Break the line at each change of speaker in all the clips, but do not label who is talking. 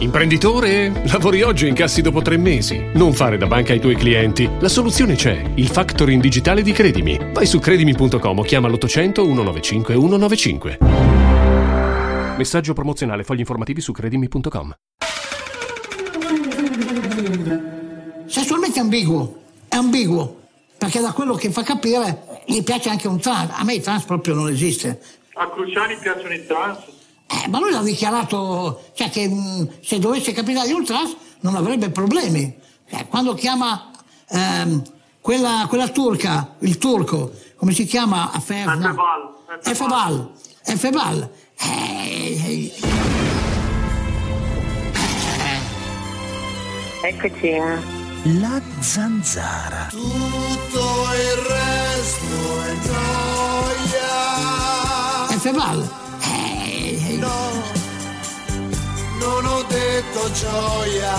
Imprenditore? Lavori oggi e incassi dopo 3 mesi. Non fare da banca ai tuoi clienti. La soluzione c'è. Il factoring digitale di Credimi. Vai su credimi.com o chiama l'800 195 195. Messaggio promozionale. Fogli informativi su credimi.com.
Sessualmente è ambiguo, perché da quello che fa capire gli piace anche un trans. A me i trans proprio non esiste.
A Cruciani piacciono i trans?
Ma lui l'ha dichiarato, cioè che se dovesse capitare di un trans non avrebbe problemi. Quando chiama quella turca, il turco, come si chiama? Efebal.
Eccoci.
La zanzara.
Tutto il resto è gioia.
Efebal.
No, non ho detto gioia.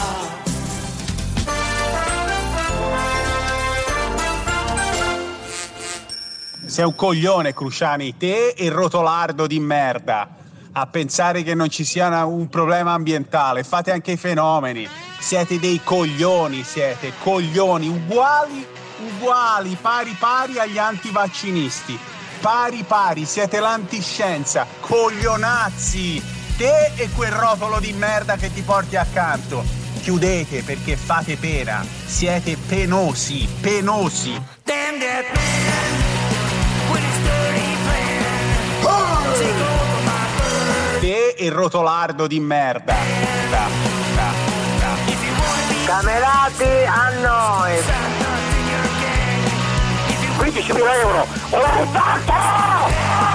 Sei un coglione, Cruciani, te e il rotolardo di merda. A pensare che non ci sia un problema ambientale, fate anche i fenomeni. Siete dei coglioni, uguali, pari agli antivaccinisti. Pari, siete l'antiscienza, coglionazzi, te e quel rotolo di merda che ti porti accanto. Chiudete perché fate pena, siete penosi.
Damn that man with his dirty plan. Take over my bird.
Te e il rotolardo di merda.
Camerati a noi.
15.000 euro. L'hai fatto!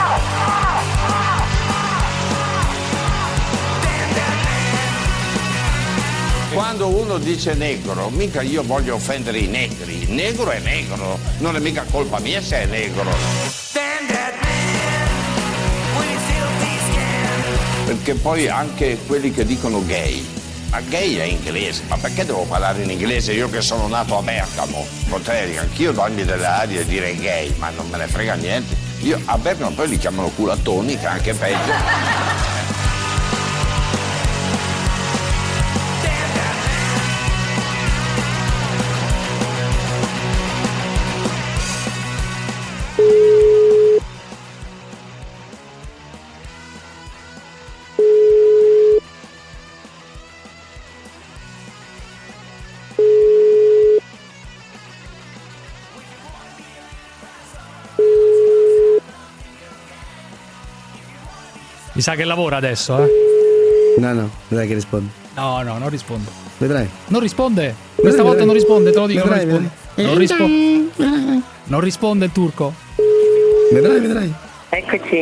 Quando uno dice negro, mica io voglio offendere i negri. Il negro è negro, non è mica colpa mia se è negro. Perché poi anche quelli che dicono gay, ma gay è inglese, ma perché devo parlare in inglese io che sono nato a Bergamo? Potrei anch'io darmi delle arie e dire gay, ma non me ne frega niente. Io a Bergamo poi li chiamano culatoni, che è anche peggio.
Mi sa che lavora adesso,
No, vedrai che risponde.
No, non risponde.
Vedrai.
Non risponde. Questa volta non risponde, te lo dico.
Vedrai.
Non risponde il turco.
Vedrai.
Eccoci.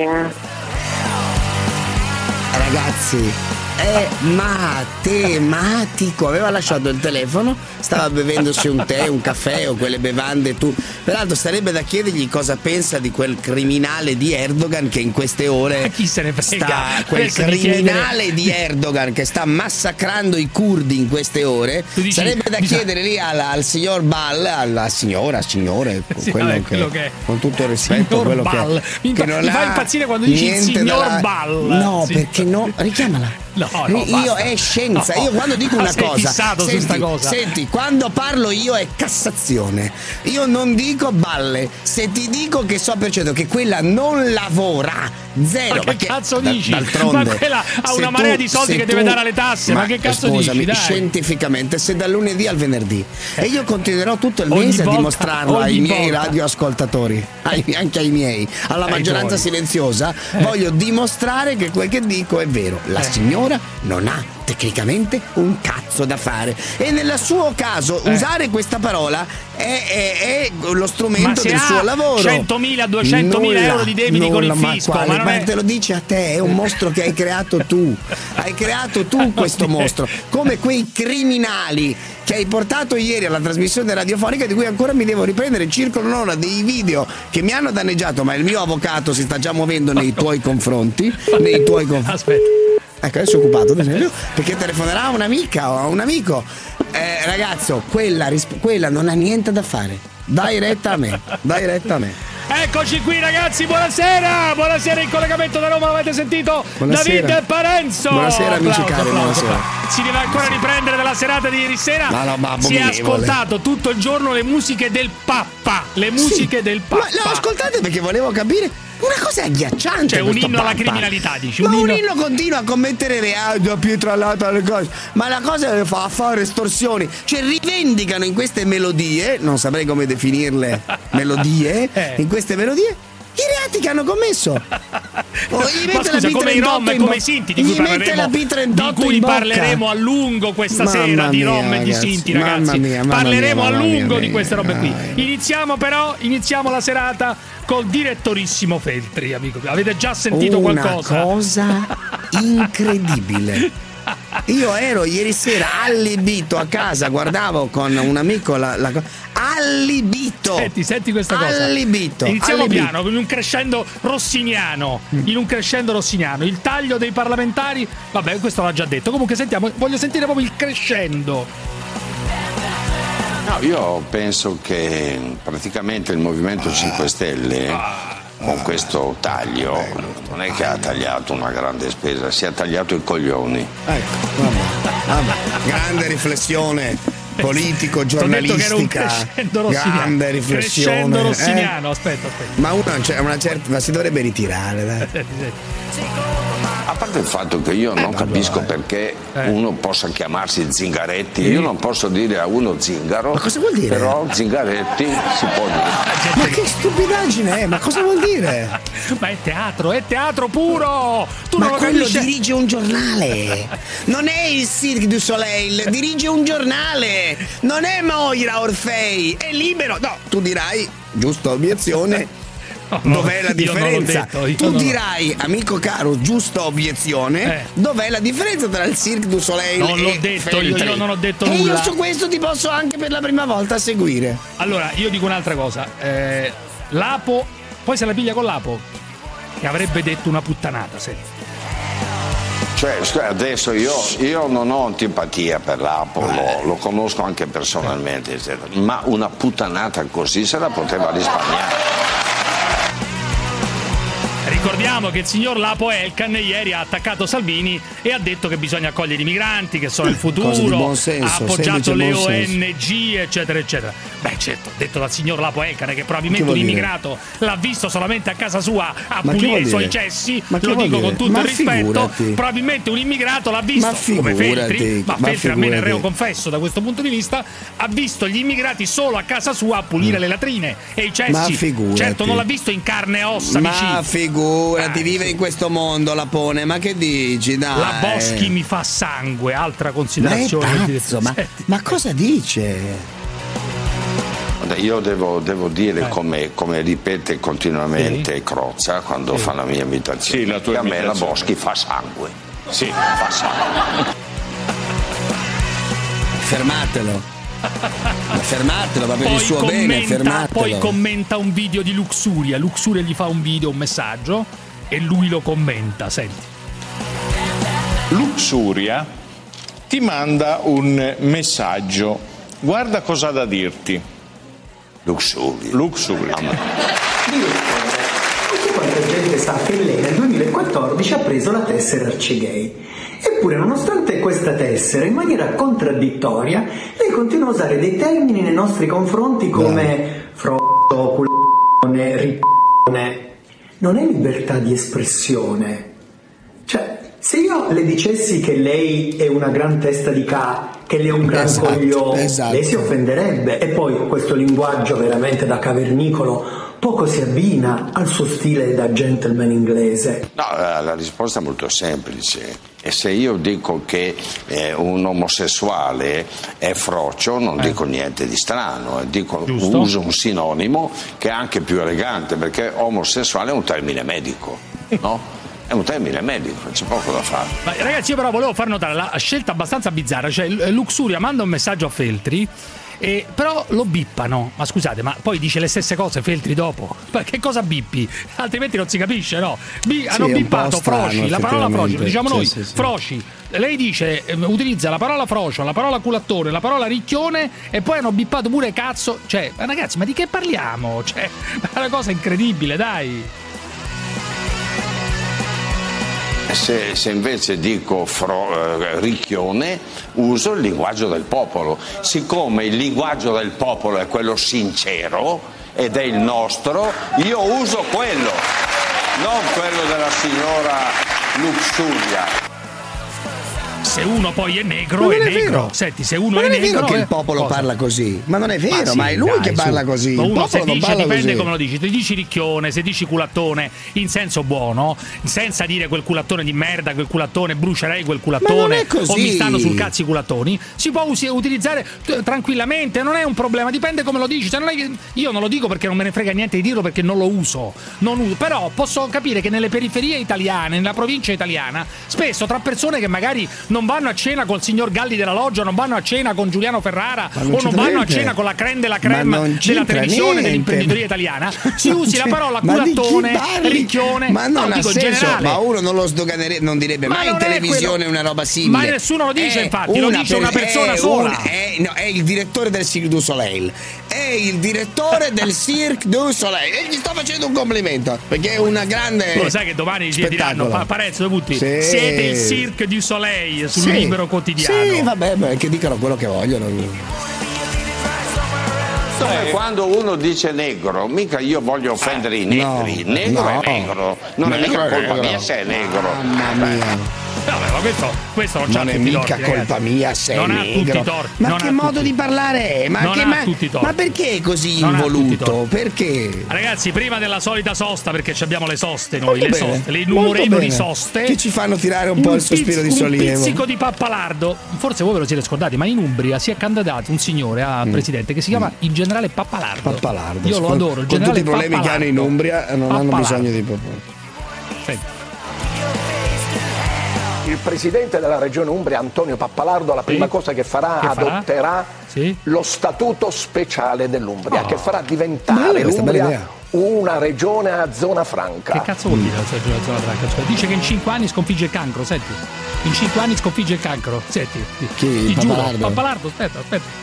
Ragazzi, è matematico. Aveva lasciato il telefono, stava bevendosi un tè, un caffè o quelle bevande tu. Peraltro sarebbe da chiedergli cosa pensa di quel criminale di Erdogan che in queste ore
chi se ne frega?
Quel criminale di Erdogan che sta massacrando i curdi in queste ore. Sarebbe da chiedere lì al signor Ball, alla signore,
sì,
quello che è. Con tutto il rispetto, quello
Ball.
che non
mi fa impazzire quando dici il signor Ball.
No, perché no? Richiamala.
No,
io è scienza. Io quando dico una cosa,
fissato su sta cosa.
Senti, quando parlo io è Cassazione. Io non dico balle. Se ti dico che so per certo che quella non lavora, zero.
Ma che cazzo dici?
D'altronde,
ma quella ha una marea di soldi che deve dare alle tasse. Ma che cazzo
scusami,
dici? Dai.
Scientificamente, se dal lunedì al venerdì e io continuerò tutto il mese a dimostrarlo ai miei radioascoltatori, anche ai miei, alla maggioranza silenziosa, voglio dimostrare che quel che dico è vero. La signora non ha tecnicamente un cazzo da fare e nel suo caso usare questa parola è lo strumento del suo lavoro.
100.000, 200.000 euro di debiti con il fisco, ma non è...
te lo dice a te, è un mostro che hai creato tu. Hai creato tu questo mostro, come quei criminali che hai portato ieri alla trasmissione radiofonica, di cui ancora mi devo riprendere. Circolano ora dei video che mi hanno danneggiato, ma il mio avvocato si sta già muovendo nei tuoi confronti.
Aspetta.
Ecco, adesso è occupato, ad esempio, perché telefonerà a un'amica o a un amico. Ragazzo, quella non ha niente da fare. Dai retta a me.
Eccoci qui ragazzi, buonasera. Buonasera in collegamento da Roma, l'avete sentito?
Buonasera.
David Parenzo.
Buonasera amici cari, buonasera.
Si deve ancora riprendere dalla serata di ieri sera. Si è ascoltato tutto il giorno le musiche del Pappa. Le musiche del Pappa.
Ma le ho ascoltate perché volevo capire. Una cosa agghiacciante.
Cioè un inno alla criminalità, dici.
Ma un inno continua a commettere reati, a pietralata le cose. Ma la cosa che fa a fare estorsioni. Cioè rivendicano in queste melodie, non saprei come definirle melodie, in queste melodie i reati che hanno commesso.
Ma scusa, come i Rom e come i Sinti di cui parleremo a lungo questa sera, di Rom e di Sinti, ragazzi. Parleremo a lungo di queste robe qui. Iniziamo la serata col direttorissimo Feltri, amico. Avete già sentito qualcosa?
Una cosa incredibile. Io ero ieri sera allibito a casa, guardavo con un amico allibito.
Senti questa cosa.
Allibito.
Iniziamo piano, in un crescendo rossiniano. Il taglio dei parlamentari. Vabbè, questo l'ha già detto. Comunque voglio sentire proprio il crescendo.
No, io penso che praticamente il Movimento 5 Stelle con questo taglio non è che ha tagliato una grande spesa, si è tagliato i coglioni.
Ecco, vabbè. Grande riflessione politico-giornalistica. Grande riflessione.
Crescendo rossiniano, aspetta.
Ma ma si dovrebbe ritirare, dai.
A parte il fatto che io non capisco perché uno possa chiamarsi Zingaretti, io non posso dire a uno Zingaro.
Ma cosa vuol dire?
Però Zingaretti si può dire.
Ma che stupidaggine è? Ma cosa vuol dire?
Ma è teatro puro! Tu
ma
non lo
quello
capisci?
dirige un giornale, non è il Cirque du Soleil, dirige un giornale, non è Moira Orfei, è libero. No, tu dirai, giusta obiezione. Dov'è la differenza? Tu dirai, amico caro, giusta obiezione, dov'è la differenza tra il Cirque du Soleil
non l'ho
e
detto
Feltri?
io non ho detto nulla.
E io su questo ti posso anche per la prima volta seguire.
Allora, io dico un'altra cosa. Lapo, poi se la piglia con Lapo, che avrebbe detto una puttanata, senti.
Cioè, adesso io non ho antipatia per Lapo, lo conosco anche personalmente, eccetera. Ma una puttanata così se la poteva risparmiare.
Ricordiamo che il signor Lapo Elkan ieri ha attaccato Salvini e ha detto che bisogna accogliere i migranti, che sono il futuro, ha appoggiato le ONG, eccetera, eccetera. Beh, certo, detto dal signor Lapo Elkan che probabilmente un immigrato l'ha visto solamente a casa sua a pulire i suoi cessi, lo dico con tutto il rispetto, probabilmente un immigrato l'ha visto come Feltri, ma Feltri almeno è reo confesso da questo punto di vista, ha visto gli immigrati solo a casa sua a pulire le latrine e i cessi. Certo, non l'ha visto in carne e ossa,
figurati, vive in questo mondo Lapone, ma che dici, dai?
La Boschi mi fa sangue, altra considerazione.
Ma è pazzo, ma cosa dice?
Io devo dire come ripete continuamente Crozza quando fa la mia imitazione.
Sì, la tua
a me
imitazione.
la Boschi fa sangue.
Sì,
fa sangue.
Fermatelo, va per il suo bene, fermatelo.
Poi commenta un video di Luxuria gli fa un messaggio e lui lo commenta, senti.
Luxuria ti manda un messaggio, guarda cosa ha da dirti. Luxuria.
Non so quanta gente sa che lei nel 2014 ha preso la tessera Arcigay. Eppure, nonostante questa tessera, in maniera contraddittoria, lei continua a usare dei termini nei nostri confronti come frotto, cullone, rippone. Non è libertà di espressione. Cioè, se io le dicessi che lei è una gran testa di che lei è un gran coglione, lei si offenderebbe. E poi questo linguaggio veramente da cavernicolo poco si abbina al suo stile da gentleman inglese.
No, la risposta è molto semplice. E se io dico che un omosessuale è frocio, non dico niente di strano, uso un sinonimo che è anche più elegante, perché omosessuale è un termine medico, no? È un termine medico, c'è poco da fare.
Ma ragazzi, io però volevo far notare la scelta abbastanza bizzarra, cioè Luxuria manda un messaggio a Feltri, però lo bippano. Ma scusate, ma poi dice le stesse cose Feltri dopo? Ma che cosa bippi? Altrimenti non si capisce, no? Hanno bippato Froci, la parola Froci, lo diciamo noi, Froci. lei dice, utilizza la parola frocio, la parola culattone, la parola ricchione e poi hanno bippato pure cazzo. Cioè, ragazzi, ma di che parliamo? Cioè, è una cosa incredibile, dai.
Se invece dico ricchione, uso il linguaggio del popolo. Siccome il linguaggio del popolo è quello sincero ed è il nostro, io uso quello, non quello della signora Luxuria.
Se uno poi è negro, è negro.
Vero.
Senti, se uno
è
negro.
Vero che il popolo parla così, ma non è vero, ma è lui che parla così.
Ma
il
uno
popolo
se dice,
non parla
dipende
così.
come lo dici. Se dici ricchione, se dici culattone in senso buono, senza dire quel culattone di merda, quel culattone, brucerei quel culattone, o mi stanno sul cazzo i culattoni, si può utilizzare tranquillamente, non è un problema, dipende come lo dici. Cioè, non è che io non lo dico perché non me ne frega niente di dirlo, perché non lo uso. Però posso capire che nelle periferie italiane, nella provincia italiana, spesso tra persone che magari non vanno a cena col signor Galli della Loggia, non vanno a cena con Giuliano Ferrara o non vanno a cena con la crème della crème della televisione, dell'imprenditoria italiana, si usi la parola culattone, ricchione,
ma non ha senso,
generale.
ma uno non lo sdoganerebbe, non direbbe mai in televisione una roba simile.
Ma nessuno lo dice, infatti, lo dice una persona sola.
È il direttore del Cirque du Soleil. È il direttore del Cirque du Soleil e gli sto facendo un complimento perché è una grande.
Lo sai che domani diranno Parenzo tutti siete il Cirque du Soleil sul Libero Quotidiano.
Sì, vabbè, che dicano quello che vogliono.
Quando uno dice negro, mica io voglio offendere i negri. Negro è negro, non è mica colpa mia se è negro.
Mamma mia.
Vabbè, ma questo non c'ha
non è
tutti i
mica
torti,
colpa
ragazzi.
mia se
non
è
ha
negro.
tutti i torti.
Ma che modo di parlare è? Ma perché è così involuto? Perché?
Ragazzi, prima della solita sosta, perché abbiamo le soste noi, le innumerevoli soste
che ci fanno tirare un po' il sospiro di sollievo.
Un pizzico di Pappalardo. Forse voi ve lo siete scordati, ma in Umbria si è candidato un signore a presidente che si chiama il generale Pappalardo.
Io
lo adoro, il
con
generale
tutti i problemi
Pappalardo.
che hanno in Umbria non hanno bisogno di
Senti.
Il presidente della regione Umbria, Antonio Pappalardo, la prima cosa che farà, adotterà lo statuto speciale dell'Umbria, che farà diventare l'Umbria una regione a zona franca.
Che cazzo vuol dire la zona franca? Cioè, dice che in 5 anni sconfigge il cancro, senti. In 5 anni sconfigge il cancro, senti. Ti giuro, Pappalardo, aspetta.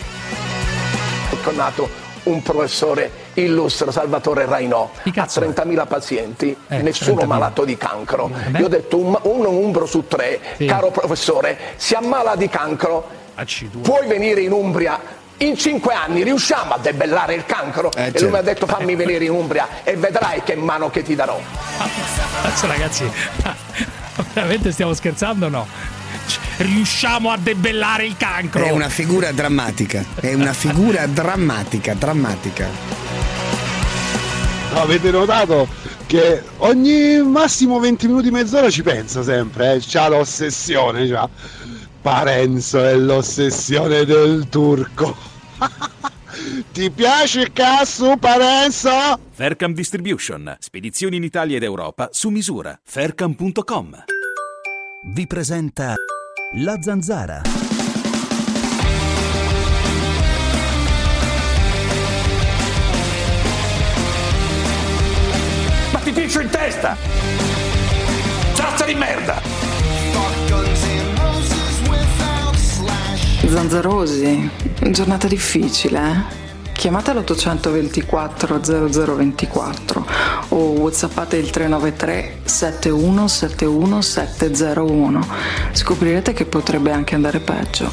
È nato un professore illustre, Salvatore Rainò, ha 30.000 pazienti, nessuno 30.000. Malato di cancro. Io ho detto un umbro su 3, caro professore, si ammala di cancro, puoi venire in Umbria, in 5 anni riusciamo a debellare il cancro? E lui mi ha detto fammi venire in Umbria e vedrai che mano che ti darò.
Adesso ragazzi, veramente stiamo scherzando o no? Riusciamo a debellare il cancro.
È una figura drammatica.
Avete notato che ogni massimo 20 minuti, mezz'ora ci pensa sempre, c'ha l'ossessione, c'ha. Parenzo è l'ossessione del turco. Ti piace il cazzo, Parenzo?
Faircam Distribution, spedizioni in Italia ed Europa su misura. Faircam.com vi presenta La Zanzara.
Battitrice in testa! Salsa di merda!
Zanzarosi, giornata difficile, eh? Chiamate l'824 0024 o whatsappate il 393 7171 701. Scoprirete che potrebbe anche andare peggio.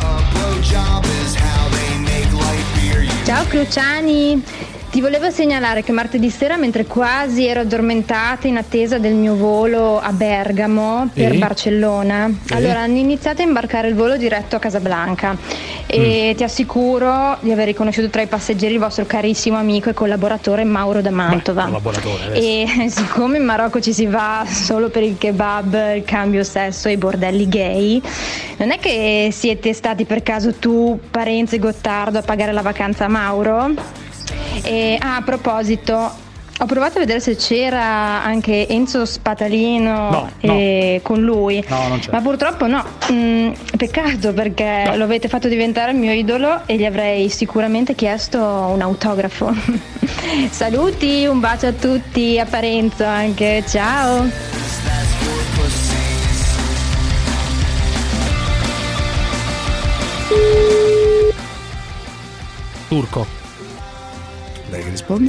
Ciao Cruciani! Ti volevo segnalare che martedì sera, mentre quasi ero addormentata in attesa del mio volo a Bergamo per Barcellona, allora hanno iniziato a imbarcare il volo diretto a Casablanca e ti assicuro di aver riconosciuto tra i passeggeri il vostro carissimo amico e collaboratore Mauro da Mantova. E siccome in Marocco ci si va solo per il kebab, il cambio sesso e i bordelli gay, non è che siete stati per caso tu, Parenzo e Gottardo a pagare la vacanza a Mauro? E a proposito, ho provato a vedere se c'era anche Enzo Spatalino con lui, ma purtroppo no. Peccato, perché lo avete fatto diventare il mio idolo e gli avrei sicuramente chiesto un autografo. Saluti, un bacio a tutti, a Parenzo anche, ciao.
Turco.
Dai che risponde.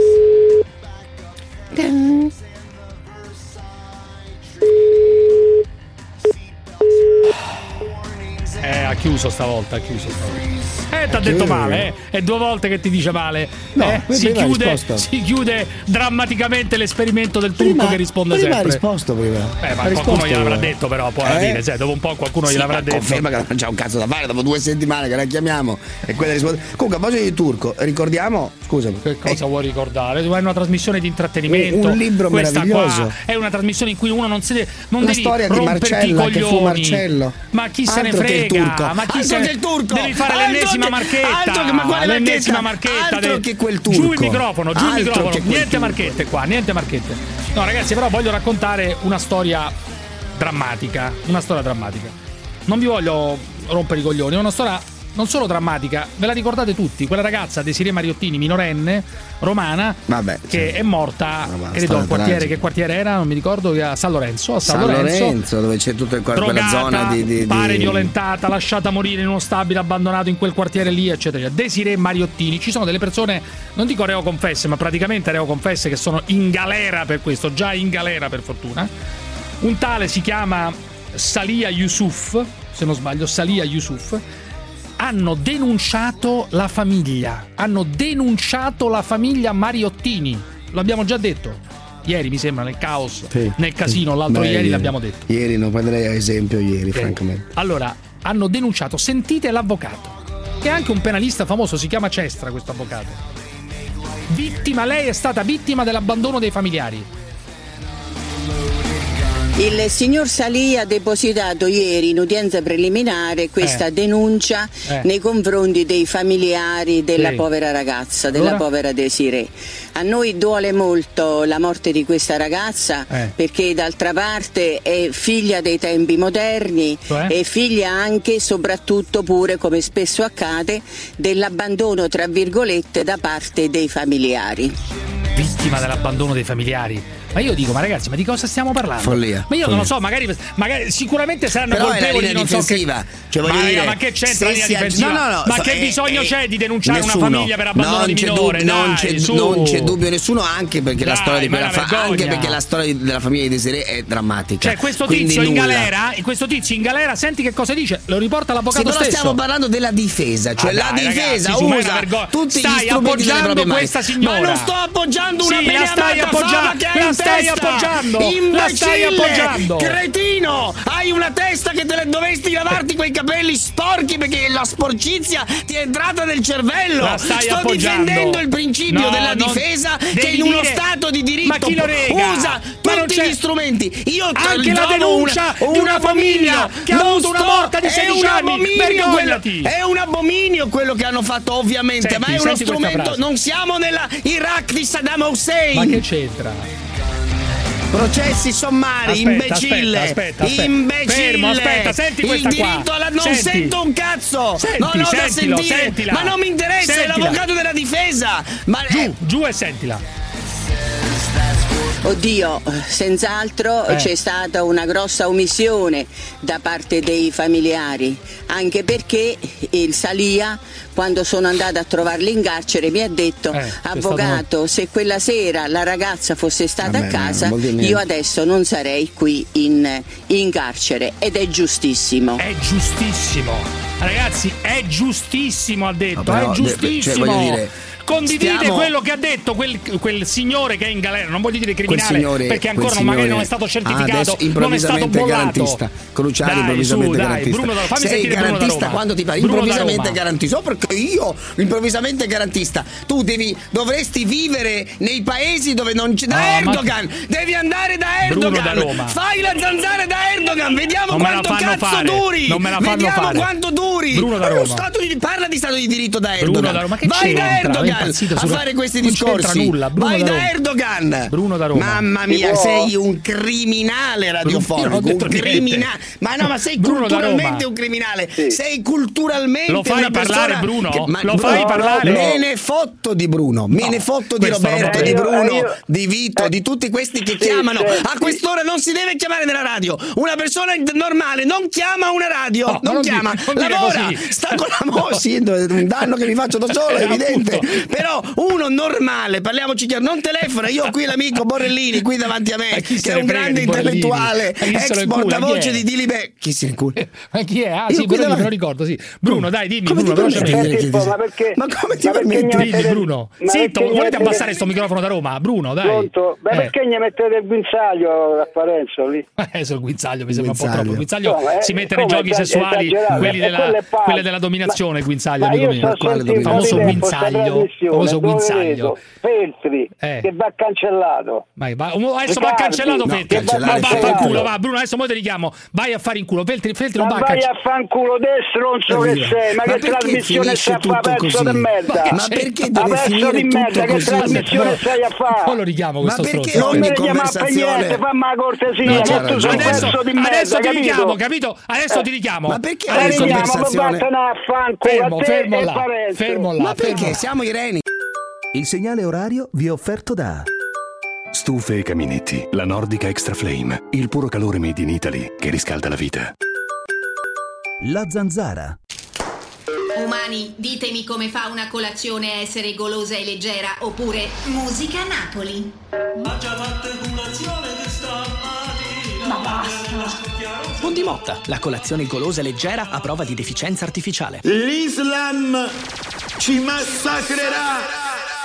Ha chiuso stavolta. T'ha detto male, È 2 volte che ti dice male.
No,
si chiude drammaticamente l'esperimento del turco che risponde sempre.
Ha risposto prima.
Ma qualcuno gliel'avrà detto, però poi alla fine, dopo un po' qualcuno gliel'avrà detto.
Conferma che non c'è un cazzo da fare, dopo 2 settimane che la chiamiamo e quella risponde. Comunque, a proposito di turco, ricordiamo, scusami.
Che cosa vuoi ricordare? È una trasmissione di intrattenimento.
Un libro meraviglioso.
Qua è una trasmissione in cui uno non devi
storia di Marcella, che fu Marcello.
Ma chi se ne frega? Ma chi se ne
il turco?
Devi fare l'ennesima marchetta. L'ennesima marchetta.
Altro che quel turco.
Giù il microfono. Niente marchette qua, niente marchette. No, ragazzi, però voglio raccontare una storia drammatica. Non vi voglio rompere i coglioni, è una storia non solo drammatica, ve la ricordate tutti, quella ragazza Desirée Mariottini, minorenne, romana, che è morta, credo al quartiere, che quartiere era, non mi ricordo, a San Lorenzo,
dove c'è tutta quella zona di
pare violentata, lasciata morire in uno stabile abbandonato in quel quartiere lì, eccetera. Desirée Mariottini, ci sono delle persone, non dico reoconfesse, ma praticamente reoconfesse, che sono in galera per questo, già in galera per fortuna. Un tale si chiama Salia Yusuf, se non sbaglio, Salia Yusuf. Hanno denunciato la famiglia Mariottini, l'abbiamo già detto ieri, mi sembra, nel caos, nel casino, l'altro ieri l'abbiamo detto.
Ieri non prenderei a esempio francamente.
Allora, hanno denunciato, sentite l'avvocato, che è anche un penalista famoso, si chiama Cestra questo avvocato. Lei è stata vittima dell'abbandono dei familiari.
Il signor Salì ha depositato ieri in udienza preliminare questa denuncia nei confronti dei familiari della povera ragazza, della povera Desirée. A noi duole molto la morte di questa ragazza perché d'altra parte è figlia dei tempi moderni, è figlia anche e soprattutto pure, come spesso accade, dell'abbandono tra virgolette da parte dei familiari.
Vittima dell'abbandono dei familiari. Ma io dico, ma ragazzi, ma di cosa stiamo parlando?
Follia.
Ma io non lo so, magari sicuramente saranno colpevoli di non so che.
Cioè, voglio dire,
ma che c'entra la linea difensiva?
No,
ma che bisogno c'è di denunciare una famiglia per abbandono di minore?
Non c'è dubbio nessuno, anche perché la storia di quella anche perché la storia della famiglia di Desirée è drammatica.
Cioè, questo tizio in galera, senti che cosa dice? Lo riporta l'avvocato stesso.
Però stiamo parlando della difesa, cioè la difesa usa tutti gli strumenti delle proprie mani.
Questa signora.
Ma non sto appoggiando una
stai appoggiando. La stai appoggiando.
Cretino, hai una testa che te le dovresti lavarti quei capelli sporchi perché la sporcizia ti è entrata nel cervello. Sto difendendo il principio della difesa che in uno stato di diritto usa tutti gli strumenti. Io
anche la denuncia di una famiglia che ha avuto una morta di 16 anni. Vergognati.
È un abominio quello che hanno fatto, ovviamente, ma è uno strumento. Non siamo nella Iraq di Saddam Hussein.
Ma che c'entra?
Processi sommari, imbecille.
Aspetta. Fermo, senti questa qua.
Il diritto alla... Non sento un cazzo. Non ho da sentire.
Sentila.
Ma non mi interessa, è l'avvocato della difesa. Ma
giù e sentila.
Oddio, senz'altro c'è stata una grossa omissione da parte dei familiari, anche perché il Salia, quando sono andata a trovarli in carcere, mi ha detto: avvocato, se quella sera la ragazza fosse stata a casa, io adesso non sarei qui in carcere. Ed è giustissimo.
È giustissimo, ragazzi, è giustissimo, ha detto, è giustissimo.
Voglio dire,
condivide quello che ha detto quel signore che è in galera, non voglio dire criminale perché ancora magari non è stato certificato, non è stato bollato.
Cruciali, improvvisamente garantista.
Bruno, fammi
sei garantista quando ti pare improvvisamente garantista. Perché io improvvisamente garantista? Tu dovresti vivere nei paesi dove non c'è Erdogan. Devi andare da Erdogan. Fai la zanzara da Erdogan. Vediamo quanto cazzo duri. Vediamo quanto duri.
Bruno da Roma.
Parla di stato di diritto da Erdogan. Vai da Erdogan a fare questi discorsi. Vai da Erdogan.
Bruno da Roma.
Mamma mia, sei un criminale radiofonico. Un criminale. Ma sei culturalmente un criminale. Sei culturalmente
lo fai
una
parlare,
persona.
Bruno? Lo fai parlare?
Me ne fotto di Bruno. Me ne fotto di Roberto, di Bruno, di Vito, di tutti questi che chiamano. A quest'ora non si deve chiamare nella radio. Una persona normale non chiama una radio. Non chiama. La Ora sta con la sì, un danno che mi faccio da solo, è evidente. Però uno normale, parliamoci chiaro, non telefona. Io ho qui l'amico Borrellini qui davanti a me, che è un grande intellettuale, ex portavoce di Dilibe. Chi se ne cura?
Ma chi è? Ah, sì, me lo ricordo, sì. Bruno, dai, dimmi, Bruno, velocemente.
Ma come ti permetti?
Dimmi, Bruno. Zitto, volete abbassare sto microfono da Roma? Bruno, dai.
Pronto? Ma perché gli mettete il guinzaglio a Parenzo lì?
Sul guinzaglio mi sembra un po' troppo. Il guinzaglio si mette nei giochi sessuali, quelli della dominazione, il guinzaglio. Il famoso guinzaglio.
Feltri, che va cancellato.
Adesso va cancellato Feltri. Ma vaffanculo, va Bruno, adesso mo ti richiamo. Vai a fare in culo. Feltri non va a
vai a fanculo destro, non so che sei. Ma che trasmissione stai a fare, pezzo di merda?
Ma perché deve finire tutto
così? Che trasmissione stai a fare?
Poi lo richiamo questo stronzo.
Non mi chiama per niente,
fammi la cortesia. Tu sei un pezzo di merda,
adesso ti richiamo, capito? Adesso ti richiamo.
Ma perché
adesso
conversazione?
Fermo là.
Ma perché siamo i reni?
Il segnale orario vi è offerto da
Stufe e caminetti, la Nordica Extra Flame, il puro calore made in Italy che riscalda la vita.
La Zanzara.
Umani, ditemi come fa una colazione a essere golosa e leggera, oppure musica Napoli.
Ma già fatto colazione questa mattina.
Ma basta.
Bondi Motta, la colazione golosa e leggera a prova di deficienza artificiale.
L'Islam ci massacrerà.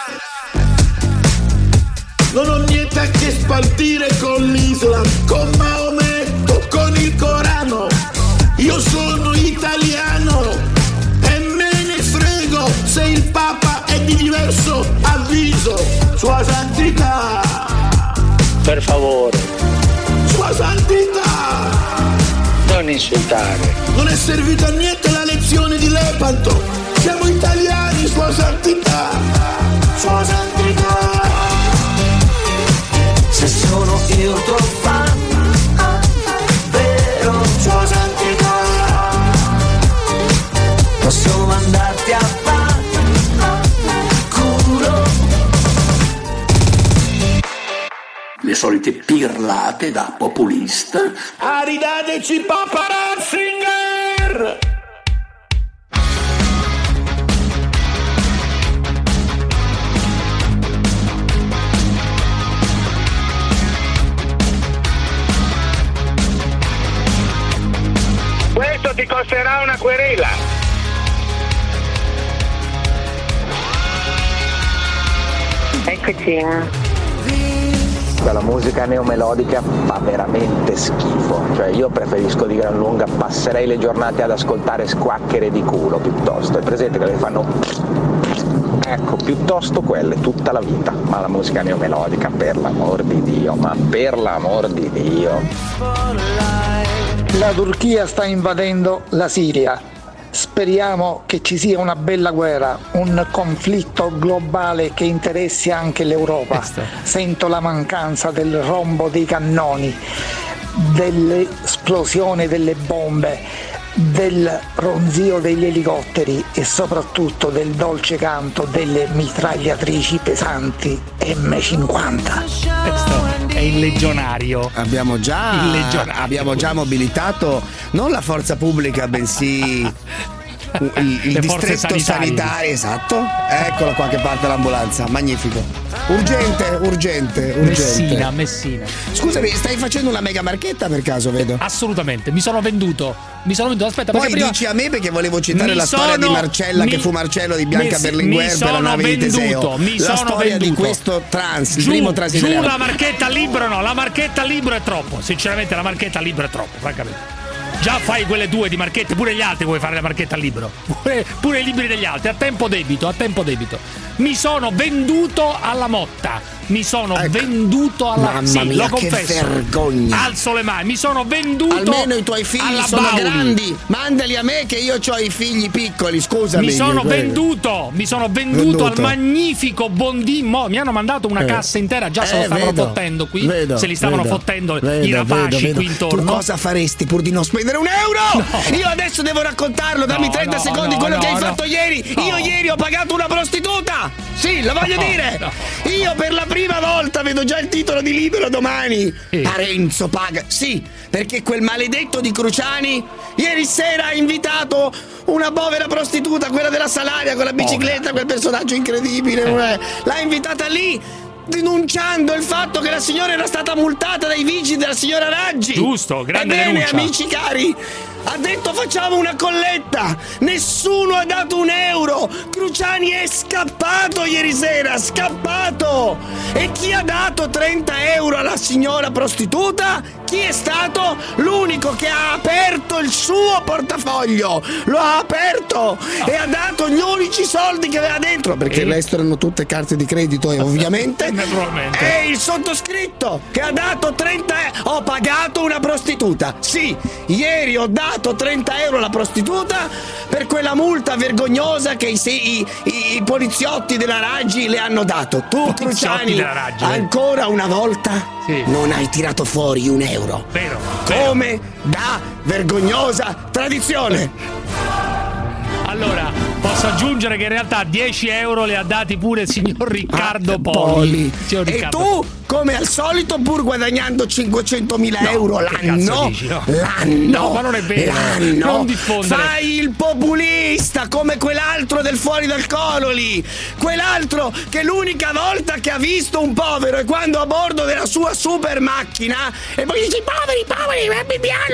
Non ho niente a che spartire con l'Islam, con Maometto, con il Corano. Io sono italiano e me ne frego se il Papa è di diverso avviso. Sua Santità,
per favore,
Sua Santità,
non insultare.
Non è servita a niente la lezione di Lepanto. Siamo italiani, Sua Santità, Sua Santità.
Se sono io tuo fan, vero, Sua Santità, posso mandarti a culo.
Le solite pirlate da populista.
Aridateci Papa Ratzinger!
Questo ti costerà una querela.
Eccoci.
La musica neomelodica fa veramente schifo, cioè io preferisco di gran lunga, passerei le giornate ad ascoltare squacchere di culo piuttosto. È presente che le fanno, ecco, piuttosto quelle tutta la vita, ma la musica neomelodica, per l'amor di Dio, ma per l'amor di Dio.
La Turchia sta invadendo la Siria. Speriamo che ci sia una bella guerra, un conflitto globale che interessi anche l'Europa. Sento la mancanza del rombo dei cannoni, dell'esplosione delle bombe, del ronzio degli elicotteri e soprattutto del dolce canto delle mitragliatrici pesanti M50.
È il legionario.
Abbiamo già mobilitato non la forza pubblica, bensì il distretto sanitario. Esatto. Eccola qua che parte l'ambulanza. Magnifico. Urgente.
Messina.
Scusami, stai facendo una mega marchetta per caso, vedo?
Assolutamente, mi sono venduto. Aspetta,
poi
prima
dici a me perché volevo citare la storia di Marcella che fu Marcello di Bianca Berlinguer per la nave di Teseo. La storia di questo trans, il primo trans italiano.
Giù la marchetta al libro, no, la marchetta al libro è troppo. Sinceramente la marchetta al libro è troppo, francamente. Già fai quelle due di marchette, pure gli altri vuoi fare la marchetta al libro. Pure i libri degli altri, a tempo debito. Mi sono venduto alla Motta. Venduto alla
Mamma mia,
lo confesso.
Che vergogna.
Alzo le mani, mi sono venduto.
Almeno i tuoi figli sono
Bauli.
grandi. Mandali a me che io ho i figli piccoli, scusami.
Mi sono venduto al magnifico Bondi. Mi hanno mandato una cassa intera, già se lo stavano fottendo qui. Se li stavano fottendo i rapaci qui intorno.
Tu cosa faresti pur di non spendere un euro? No. Io adesso devo raccontarlo, dammi 30 secondi quello che hai fatto ieri. Io ieri ho pagato una prostituta. Sì, lo voglio dire. No. Io per la prima volta vedo già il titolo di Libero domani. Parenzo paga. Sì, perché quel maledetto di Cruciani ieri sera ha invitato una povera prostituta, quella della Salaria con la bicicletta, quel personaggio incredibile. L'ha invitata lì, denunciando il fatto che la signora era stata multata dai vigili della signora Raggi.
Giusto, grande
denuncia.
Ebbene,
amici cari, ha detto facciamo una colletta, nessuno ha dato €1. Cruciani è scappato ieri sera, scappato. E chi ha dato €30 alla signora prostituta? Chi è stato? L'unico che ha aperto il suo portafoglio, lo ha aperto e ha dato gli unici soldi che aveva dentro, perché il resto erano tutte carte di credito e ovviamente è il sottoscritto che ha dato €30. Ho pagato una prostituta, sì, ieri ho dato €30 alla prostituta per quella multa vergognosa che i poliziotti della Raggi le hanno dato. Tu Cruciani ancora una volta non hai tirato fuori €1.
Vero.
Come da vergognosa tradizione.
Allora, posso aggiungere che in realtà €10 le ha dati pure il signor Riccardo Poli.
E tu, come al solito, pur guadagnando €500.000 l'anno,
no, ma non è vero, non diffondere.
Fai il populista come quell'altro del Fuori dal Colo lì, quell'altro che l'unica volta che ha visto un povero è quando a bordo della sua super macchina e poi dici poveri,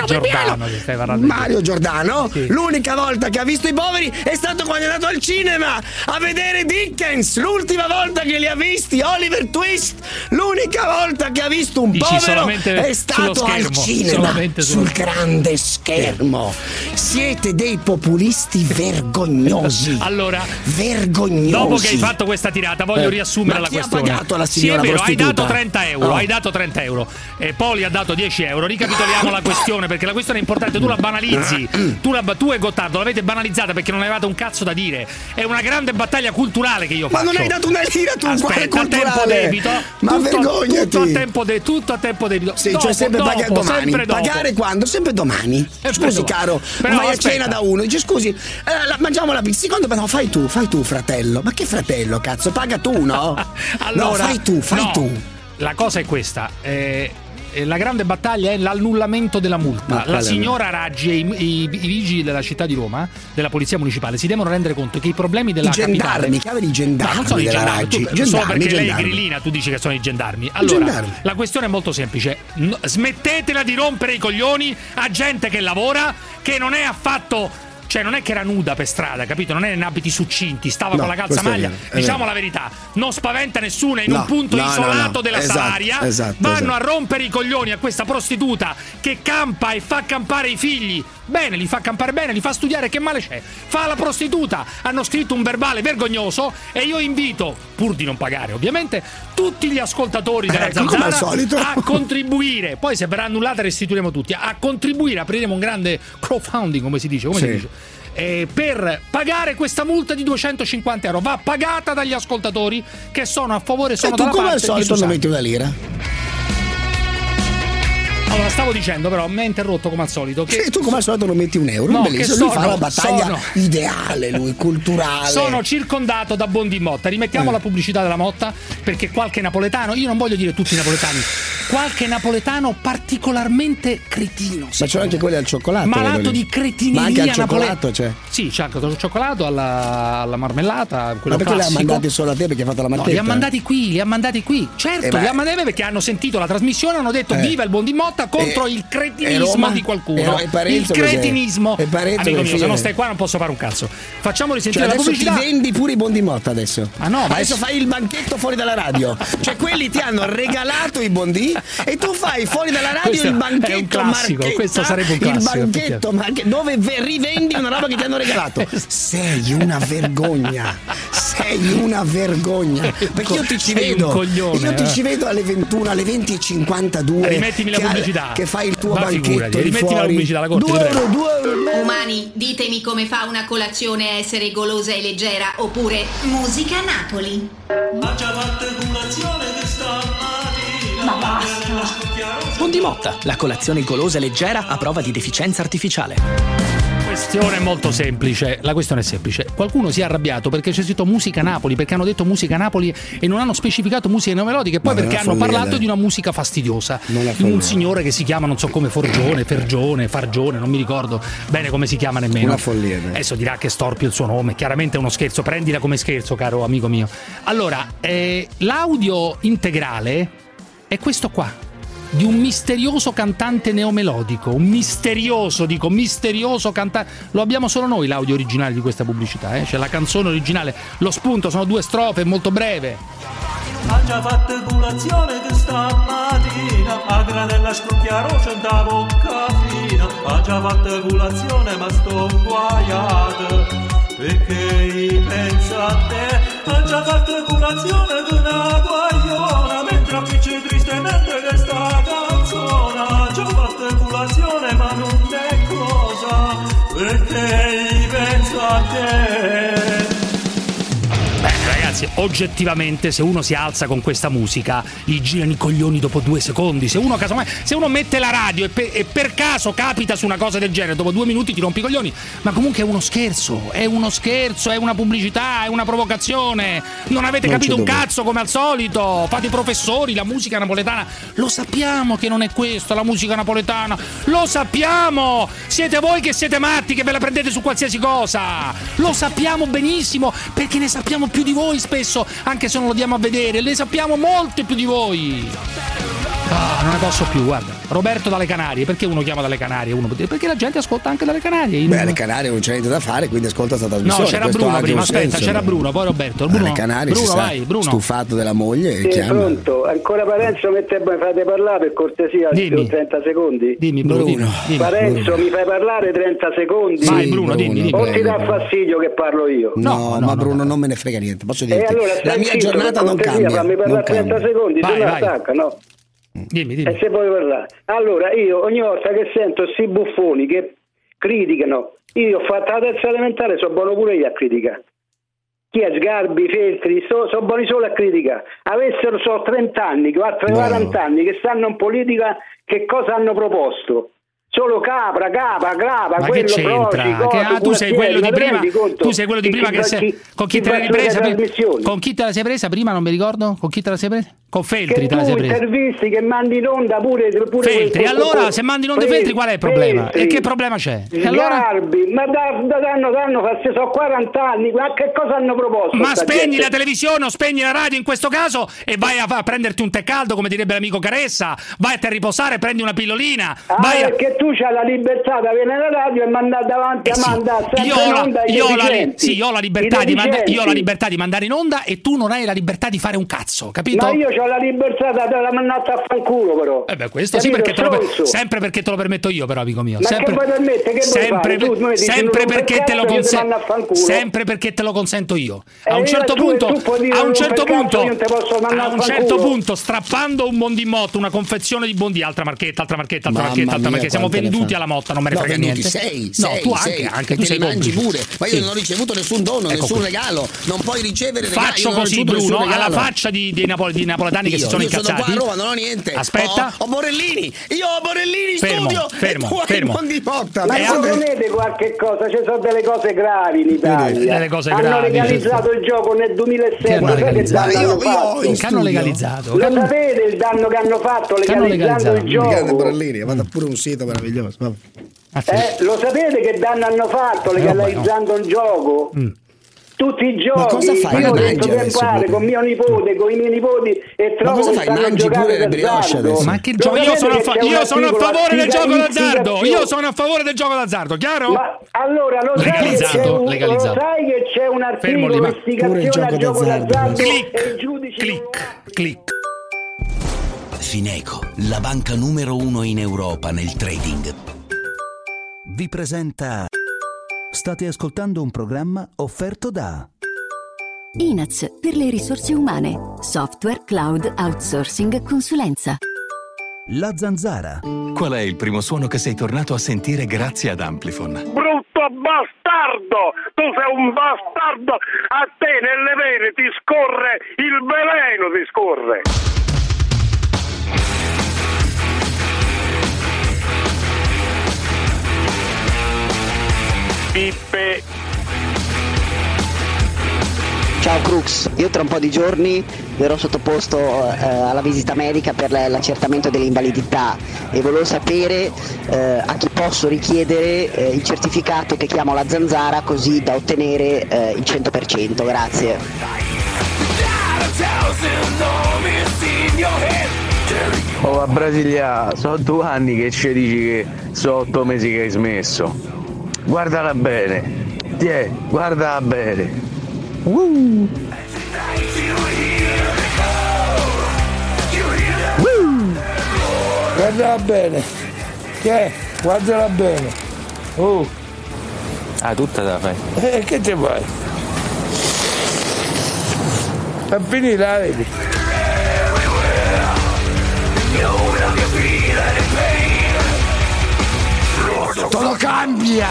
piano. Mario Giordano, l'unica volta che ha visto i poveri è stato quando è andato al cinema a vedere Dickens. L'ultima volta che li ha visti Oliver Twist, l'unica volta che ha visto un povero è stato al cinema, sul grande schermo. Siete dei populisti vergognosi.
Allora,
vergognosi.
Dopo che hai fatto questa tirata voglio riassumere la questione.
Ma chi ha pagato la signora prostituta?
Hai dato €30, hai dato €30 e Poli ha dato €10. Ricapitoliamo la questione, perché la questione è importante. Tu la banalizzi, tu e Gottardo l'avete banalizzata perché non avevate un cazzo da dire. È una grande battaglia culturale che io faccio.
Ma non hai dato una lira tu.
Aspetta, a tempo debito.
Ma vergognati.
Tutto a tempo debito.
Sì, cioè sempre pagare domani.
Sempre
pagare quando? Sempre domani. Scusi caro, vai a cena da uno, dice scusi, mangiamo la pizza. Secondo me no, fai tu fratello. Ma che fratello, cazzo? Paga tu, no?
Allora,
no, fai tu.
La cosa è questa, la grande battaglia è l'annullamento della multa. La signora Raggi e i vigili della città di Roma, della polizia municipale, si devono rendere conto che i problemi della capitale.
I gendarmi,
non sono i gendarmi. Solo perché lei è grillina, tu dici che sono i gendarmi. Allora, la questione è molto semplice. Smettetela di rompere i coglioni a gente che lavora, che non è affatto. Cioè non è che era nuda per strada, capito? Non è in abiti succinti, stava con la calzamaglia. Diciamo la verità, non spaventa nessuno, in un punto isolato della Salaria. Vanno a rompere i coglioni a questa prostituta che campa e fa campare i figli. Bene, li fa campare bene, li fa studiare, che male c'è? Fa la prostituta, hanno scritto un verbale vergognoso e io invito, pur di non pagare ovviamente, tutti gli ascoltatori della Zanzara a contribuire. Poi se verrà annullata restituiremo tutti. A contribuire, apriremo un grande crowdfunding, come si dice? Per pagare questa multa di €250. Va pagata dagli ascoltatori che sono a favore, sono dalla parte di Susanna.
Come al solito non metti una lira.
Allora, stavo dicendo, però mi ha interrotto come al solito. Che
tu come al solito non metti €1.
No,
lui fa la battaglia ideale, lui, culturale.
Sono circondato da Bondi Motta. Rimettiamo la pubblicità della Motta, perché qualche napoletano, io non voglio dire tutti i napoletani, qualche napoletano particolarmente cretino.
Ma c'è anche quelli al cioccolato.
Malato di cretineria.
Ma anche al cioccolato c'è?
Sì, c'è anche al cioccolato, alla marmellata.
Ma perché li ha mandati solo a te perché hai fatto la marchetta?
No, li ha mandati qui. Certo, li ha mandati perché hanno sentito la trasmissione, hanno detto viva il Bondi Motta contro il cretinismo di qualcuno. Il cretinismo. Amico mio, se non stai qua non posso fare un cazzo. Facciamo risentire la pubblicità.
Ti vendi pure i Bondi Motta adesso.
Ah no,
adesso fai il banchetto fuori dalla radio. Cioè quelli ti hanno regalato i Bondi e tu fai fuori dalla radio
questo
il banchetto
è un classico,
marchetta.
Questo sarebbe un classico.
Il banchetto dove rivendi una roba che ti hanno regalato. Sei una vergogna. Perché io ti ci vedo. Io ti ci vedo alle 21, alle 20:52.
Rimettimi la pubblicità.
Che fai il tuo banchetto.
Rimetti la pubblicità, la corte.
€2.
Umani, ditemi come fa una colazione a essere golosa e leggera, oppure musica Napoli.
Mangia latte colazione che stamattina.
Ma basta. Bondi Motta, la colazione golosa e leggera a prova di deficienza artificiale.
questione è molto semplice. La questione è semplice. Qualcuno si è arrabbiato perché c'è scritto musica Napoli, perché hanno detto musica Napoli e non hanno specificato musiche neomelodiche, e poi perché hanno parlato di una musica fastidiosa. Un signore che si chiama non so come Fargione, non mi ricordo bene come si chiama nemmeno.
Una follia.
Adesso dirà che storpio il suo nome, chiaramente è uno scherzo, prendila come scherzo, caro amico mio. Allora, l'audio integrale è questo qua, di un misterioso cantante neomelodico, misterioso cantante. Lo abbiamo solo noi l'audio originale di questa pubblicità, c'è la canzone originale, lo spunto sono 2 strofe, molto breve.
Ha già fatto colazione che stamattina, a granella scrucchiaro c'è da bocca fina. Ha già fatto colazione ma sto guaiato, perché pensa a te. Ha già fatto colazione che una guagliona, mentre appicci tristemente che sta canzone. Ha già fatto colazione ma non è cosa, perché pensa a te.
Ragazzi, oggettivamente, se uno si alza con questa musica, gli girano i coglioni dopo 2 secondi. Se uno mette la radio e per caso capita su una cosa del genere, dopo 2 minuti ti rompi i coglioni. Ma comunque è uno scherzo, è una pubblicità, è una provocazione. Non avete capito un cazzo come al solito. Fate i professori, la musica napoletana. Lo sappiamo che non è questo, la musica napoletana. Lo sappiamo. Siete voi che siete matti, che ve la prendete su qualsiasi cosa. Lo sappiamo benissimo, perché ne sappiamo più di voi spesso, anche se non lo diamo a vedere, le sappiamo molte più di voi. Non ne posso più, guarda. Roberto dalle Canarie, perché uno chiama dalle Canarie? Uno può dire, perché la gente ascolta anche dalle Canarie.
Alle Canarie non c'è niente da fare, quindi ascolta questa trasmissione.
No, c'era Bruno prima, aspetta, c'era Bruno, poi Roberto. Bruno,
Canarie,
Bruno, vai, Bruno.
Stufato della moglie,
sì,
chiama.
Pronto, ancora Parenzo, mi fate parlare per cortesia, 30 secondi.
Dimmi Bruno.
Parenzo, mi fai parlare 30 secondi?
Vai Bruno, dimmi.
O ti dà fastidio che parlo io?
No, ma Bruno non me ne frega niente, posso dirti.
Allora,
la mia giornata non cambia.
Fammi parlare 30 secondi, tu mi attacca, no?
Dimmi.
E se vuoi parlare. Allora, io ogni volta che sento sti buffoni che criticano, io ho fatto la terza elementare, sono buono pure io a criticare. Chi è Sgarbi, Feltri, sono buoni solo a criticare. Avessero 30 anni, 40 anni che stanno in politica, che cosa hanno proposto? Solo capra,
ma che c'entra? Tu sei quello di prima. Tu sei quello di prima che sei. Con chi te l'hai presa? Con chi te la sei presa prima? Non mi ricordo. Con chi te la sei presa? Con Feltri te la sei presa.
Intervisti che mandi in onda pure
Feltri. Allora, se mandi in onda Feltri, qual è il problema? E che problema c'è?
Sgarbi, ma danno sono 40 anni, ma che cosa hanno proposto?
Ma spegni la televisione o spegni la radio in questo caso e vai a prenderti un tè caldo, come direbbe l'amico Caressa. Vai a riposare, prendi una pillolina.
Perché tu c'hai la libertà di avere la radio e mandare davanti a mandare sempre in onda
io ho la libertà di mandare in onda e tu non hai la libertà di fare un cazzo, capito?
Ma io ho la libertà di mandare a fanculo, però.
Questo sì, perché sempre perché te lo permetto io, però, amico mio.
Ma sempre, che vuoi permettere?
Sempre perché te lo consento. Sempre perché te lo consento io. A un certo punto, strappando un Bondimotto, una confezione di Bondi, altra marchetta, siamo venduti alla Motta, non me ne frega niente. Tu anche tu sei
mangi pure. Ma io non ho ricevuto nessun dono, nessun regalo. Non puoi ricevere regali.
Faccio così, Bruno, alla faccia di napoletani che si sono incazzati.
Io sono qua a Roma, non ho niente.
Aspetta.
Ho Borellini. Io ho Borellini in studio.
Fermo.
Ma proponete qualche cosa? Ci sono delle cose gravi in Italia.
Delle cose gravi.
Hanno legalizzato il gioco nel 2007.
Che hanno legalizzato?
Lo sapete il danno che hanno fatto legalizzando il gioco?
Borellini, ha fatto pure un sito meraviglioso.
Lo sapete che danno hanno fatto legalizzando il gioco? Tutti i giochi.
Ma cosa fai?
Io ho detto che fare con mio nipote, con i miei nipoti e trovo che stanno giocando d'azzardo.
Ma che gioco? Io sono a favore del gioco d'azzardo. Io sono a favore del gioco d'azzardo, chiaro?
Ma allora lo sai che c'è un articolo di istigazione al gioco d'azzardo e il giudice
click. Fineco, la banca numero 1 in Europa nel trading, vi presenta. State ascoltando un programma offerto da
INAZ per le risorse umane, software, cloud, outsourcing, consulenza.
La Zanzara.
Qual è il primo suono che sei tornato a sentire grazie ad Amplifon?
Brutto bastardo! Tu sei un bastardo! A te nelle vene ti scorre il veleno, ti scorre!
Ciao Crux, io tra un po' di giorni verrò sottoposto alla visita medica per l'accertamento delle invalidità e volevo sapere a chi posso richiedere il certificato che chiamo la zanzara così da ottenere il 100%, grazie.
Oh, a Brasilia, sono 2 anni che ci dici che sono 8 mesi che hai smesso. Guardala bene, guardala bene.
Guardala bene, guardala bene.
Tutta da fai.
Che te fai? A finire la vedi.
Todo cambia.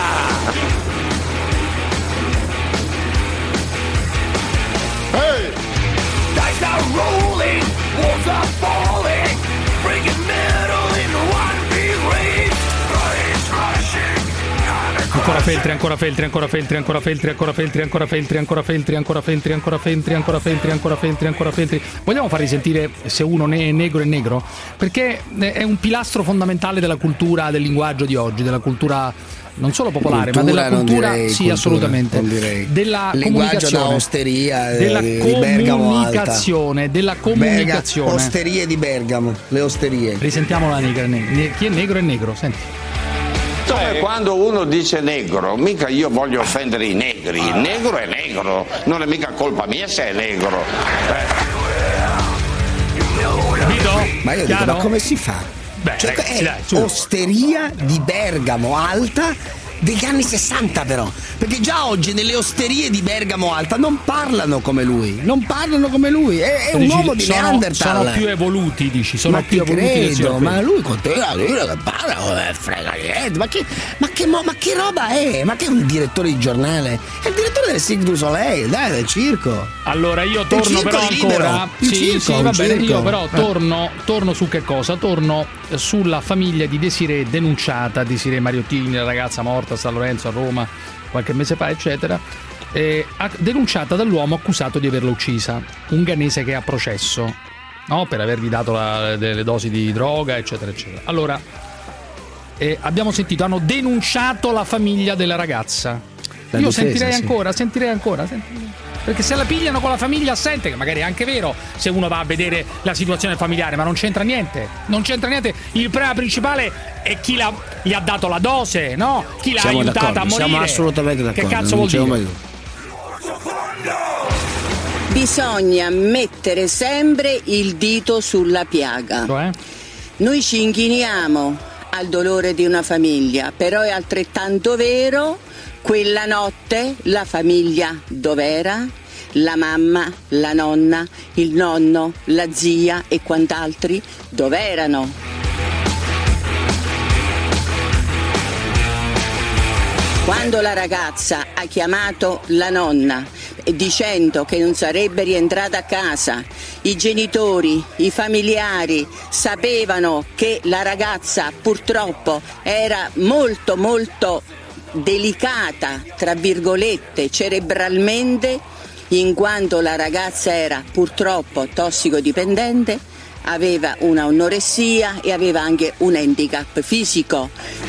Hey! Dice are rolling, walls are falling, breaking metal into one big rage. It's rushing.
Ancora Feltri, ancora Feltri, ancora Feltri, ancora Feltri, ancora Feltri, ancora Feltri, ancora Feltri, ancora Feltri, ancora Feltri, ancora Feltri, ancora Feltri, ancora Feltri. Vogliamo far risentire se uno è negro è negro? Perché è un pilastro fondamentale della cultura, del linguaggio di oggi, della cultura non solo popolare,
cultura,
ma della cultura,
direi,
sì,
cultura,
assolutamente.
Della linguaggio da osteria,
della
di Bergamo Alta.
Della comunicazione.
Osterie di Bergamo, le osterie.
Risentiamo la negra. Chi è negro è negro, senti.
Come quando uno dice negro, mica io voglio offendere i negri, il negro è negro, non è mica colpa mia se è negro.
Capito?
Ma io dico, ma come si fa?
Beh,
cioè,
ragazzi,
è Osteria di Bergamo Alta degli anni 60 però, perché già oggi nelle osterie di Bergamo Alta non parlano come lui, è un uomo di Neanderthal.
Sono più evoluti, dici, sono più evoluti del signor
ma lui continua a dire che parla, frega niente, ma che roba è? Ma che è un direttore di giornale? È il direttore del Cirque du Soleil, dai, del circo.
Allora io torno però ancora. Sì, va bene, io però torno su che cosa? Torno sulla famiglia di Desirée denunciata, Desirée Mariottini, la ragazza morta a San Lorenzo a Roma qualche mese fa, eccetera, denunciata dall'uomo accusato di averla uccisa, un ghanese che è a processo, no? Per avergli dato delle dosi di droga, eccetera, eccetera. Allora, abbiamo sentito, hanno denunciato la famiglia della ragazza. Io sentirei ancora. Perché se la pigliano con la famiglia assente, che magari è anche vero se uno va a vedere la situazione familiare, ma non c'entra niente. Il problema principale è chi gli ha dato la dose, no? Chi l'ha aiutata a morire.
Siamo assolutamente d'accordo.
Che cazzo vuol dire?
Bisogna mettere sempre il dito sulla piaga.
Cioè?
Noi ci inchiniamo al dolore di una famiglia, però è altrettanto vero. Quella notte la famiglia dov'era? La mamma, la nonna, il nonno, la zia e quant'altri dov'erano? Quando la ragazza ha chiamato la nonna dicendo che non sarebbe rientrata a casa, i genitori, i familiari sapevano che la ragazza purtroppo era molto molto delicata, tra virgolette, cerebralmente, in quanto la ragazza era purtroppo tossicodipendente, aveva una anoressia e aveva anche un handicap fisico.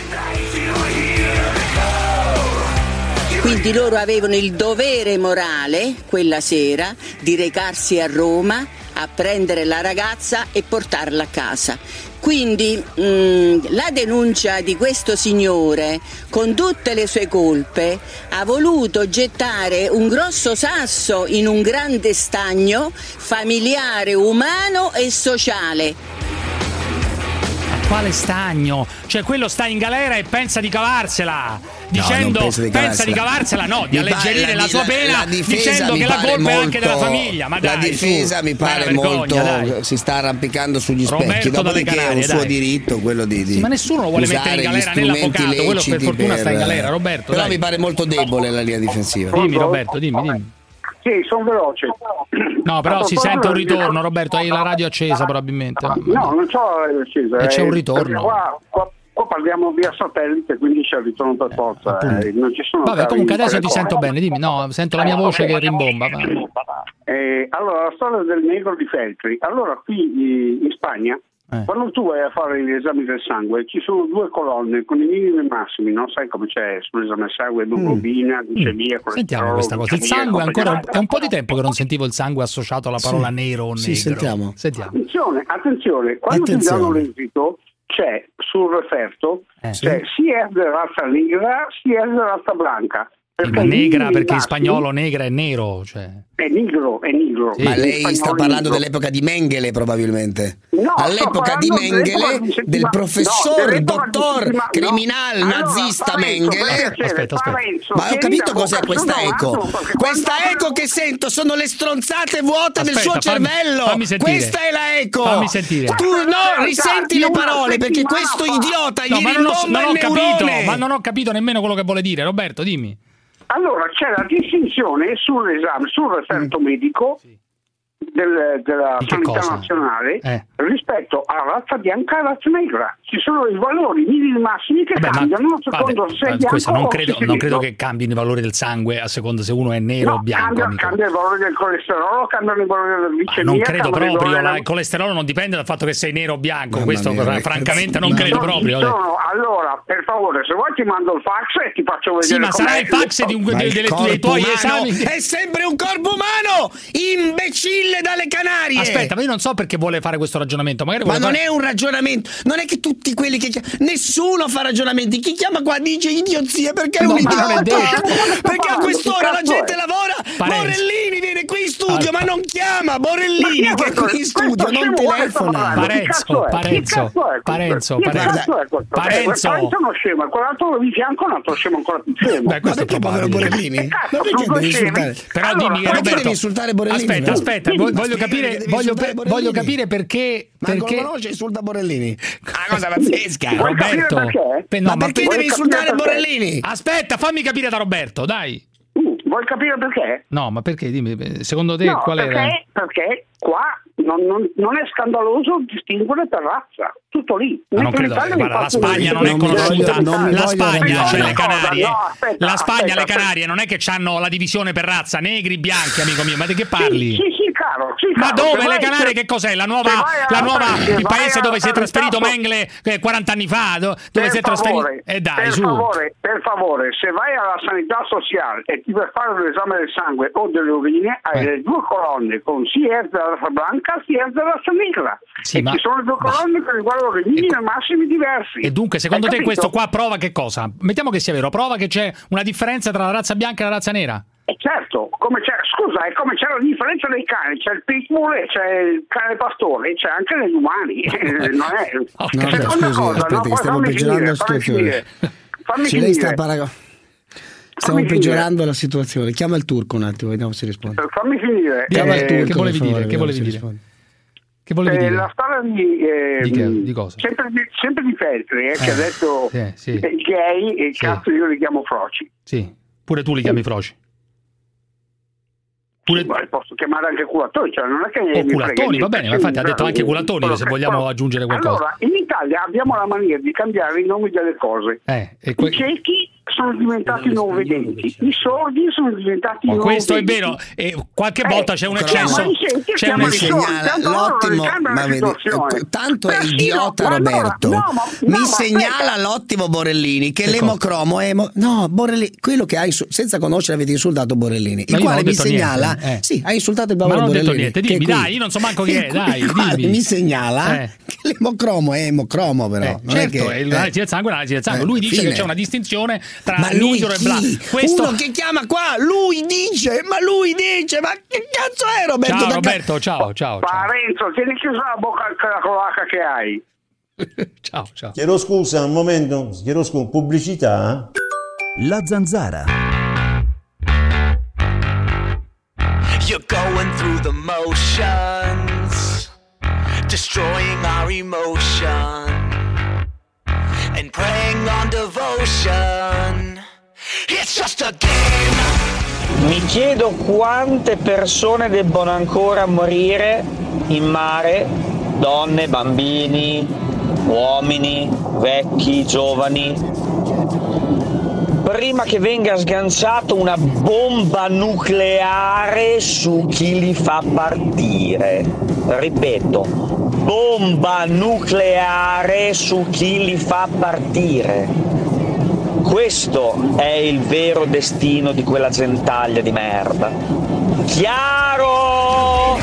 Quindi loro avevano il dovere morale quella sera di recarsi a Roma a prendere la ragazza e portarla a casa. Quindi la denuncia di questo signore, con tutte le sue colpe, ha voluto gettare un grosso sasso in un grande stagno familiare, umano e sociale.
Quale stagno? Cioè quello sta in galera e pensa di cavarsela, dicendo pensa di cavarsela, no, di alleggerire la sua pena, dicendo che la colpa è anche della famiglia. Ma dai,
la difesa mi pare molto, si sta arrampicando sugli specchi, dopodiché è un suo diritto quello di
sì, ma nessuno lo vuole mettere in galera, nell'avvocato, quello per fortuna sta in galera, Roberto.
Però mi pare molto debole la linea difensiva.
Dimmi Roberto, dimmi.
Sì, sono veloce.
No, però si sente un ritorno, Roberto, hai la radio accesa probabilmente.
No, non c'ho la radio accesa.
E c'è un ritorno.
Qua parliamo via satellite, quindi c'è il ritorno per forza. Non ci sono.
Vabbè, comunque adesso ti sento bene, dimmi, no, sento la mia voce che rimbomba.
Allora, la storia del negro di Feltri. Allora, qui in Spagna, quando tu vai a fare gli esami del sangue, ci sono 2 colonne con i minimi e i massimi, no? Sai come c'è sull'esame del sangue, emoglobina, glicemia,
Sentiamo questa cosa. Il sangue ancora è un po' di tempo che non sentivo il sangue associato alla parola nero o negro.
Sì, sentiamo.
Attenzione, quando ti danno l'esito c'è sul referto c'è si è di razza negra, si è di razza blanca.
Ma negra perché in spagnolo negra è nero, cioè.
È nigro.
Sì. Ma lei sta parlando dell'epoca di Mengele probabilmente.
No,
all'epoca di Mengele, del professor dottor criminal nazista Mengele.
Aspetta.
Ma ho capito cos'è questa eco. Questa eco che sento sono le stronzate vuote del suo cervello.
Fammi sentire.
Questa è la eco.
Fammi sentire.
Tu risenti le parole perché questo idiota gli rimbomba il neurone.
Ma non ho capito nemmeno quello che vuole dire. Roberto, dimmi.
Allora c'è la distinzione sull'esame, sul referto medico della sanità nazionale rispetto a razza bianca e razza negra. Ci sono i valori minimi e massimi che cambiano secondo se è bianco
non credo che cambino i valori del sangue a seconda se uno è nero o bianco.
Cambia il valore del colesterolo, cambiano i valori del glicemia.
Non credo proprio, il colesterolo non dipende dal fatto che sei nero o bianco, questo francamente non credo proprio.
Allora, per favore, se vuoi ti mando il fax e ti faccio vedere.
Sì, ma sarà il fax dei tuoi esami.
È sempre un corpo umano, imbecille dalle Canarie.
Aspetta, ma io non so perché vuole fare questo ragionamento. Ma
non è un ragionamento, non è che tutti quelli che nessuno fa ragionamenti. Chi chiama qua dice idiozie perché è un idiota. Perché a quest'ora la gente lavora. Borrellini viene qui in studio, ma non chiama Borrellini che è qui in studio, non telefona.
Parenzo.
Parenzo uno scemo, quell'altro di fianco un altro scemo ancora più scemo.
Ma perché povero Borrellini? Ma perché devi insultare?
Però dimmi, Roberto,
devi insultare Borrellini?
Aspetta, voglio capire perché.
Perché conosce insulta Borrellini? Una cosa pazzesca.
Roberto,
ma perché devi insultare Borrellini?
Aspetta, fammi capire da Roberto, dai.
Vuoi capire perché?
No, ma perché? Dimmi, secondo te qual era?
Perché qua non è scandaloso distinguere per razza. Tutto lì.
Non credo, guarda, la Spagna non è conosciuta. La Spagna, cioè le Canarie. La Spagna, le Canarie non è che hanno la divisione per razza, negri, bianchi, amico mio. Ma di che parli?
Sì, caro.
Ma dove le Canarie? Che cos'è? Il paese dove si è trasferito Mengele 40 anni fa? Dove si è trasferito?
Per favore, se vai alla sanità sociale e ti vai a fare l'esame del sangue o delle urine, hai le 2 colonne con sia della razza blanca sia della razza negra.
Sì,
ci sono 2 colonne con riguardo ai minimi e massimi diversi.
E dunque, secondo te questo qua prova che cosa? Mettiamo che sia vero, prova che c'è una differenza tra la razza bianca e la razza nera?
Certo, è come c'è la differenza dei cani, c'è il pitbull e c'è il cane pastore, c'è anche negli umani. Non è.
Seconda cosa, stiamo peggiorando la situazione. Stiamo peggiorando la situazione. Chiama il turco un attimo, vediamo se risponde.
Fammi finire.
Chiama il turco, che volevi dire? Che volevi dire?
La storia
di cosa?
Sempre di Feltri, che ha detto gay e cazzo io li chiamo froci.
Sì, pure tu li chiami froci.
Posso chiamare anche culattoni, cioè non è che
culattoni, va bene, ma infatti ha detto anche culattoni se vogliamo aggiungere qualcosa.
Allora, in Italia abbiamo la mania di cambiare i nomi delle cose. I ciechi sono diventati non vedenti, i sordi sono diventati non
questo vedenti. È vero, e qualche volta c'è un eccesso.
C'è un segnala l'ottimo, ma vedi, tanto è idiota Roberto. Mi segnala l'ottimo Borrellini che l'emocromo è Borrellini, quello che hai senza conoscere avete insultato Borrellini, il quale mi segnala sì, hai insultato il
Borrellini. Ma non ho detto
niente,
dimmi, dai, io non so manco chi è, dai, dimmi.
Mi segnala che l'emocromo è emocromo, però
certo, è l'analisi del sangue, lui dice che c'è una distinzione tra
nigro
e blanco.
Uno che chiama qua, lui dice, ma che cazzo è Roberto?
Ciao Roberto, ciao.
Parenzo, tieni chiusa la bocca la cloaca che hai.
Ciao.
Chiedo scusa un momento, pubblicità.
La Zanzara.
You're going through the motions, destroying our emotion, and preying on devotion. It's just a game.
Mi chiedo quante persone debbono ancora morire in mare, donne, bambini, uomini, vecchi, giovani, prima che venga sganciata una bomba nucleare su chi li fa partire. Ripeto, bomba nucleare su chi li fa partire. Questo è il vero destino di quella gentaglia di merda. Chiaro?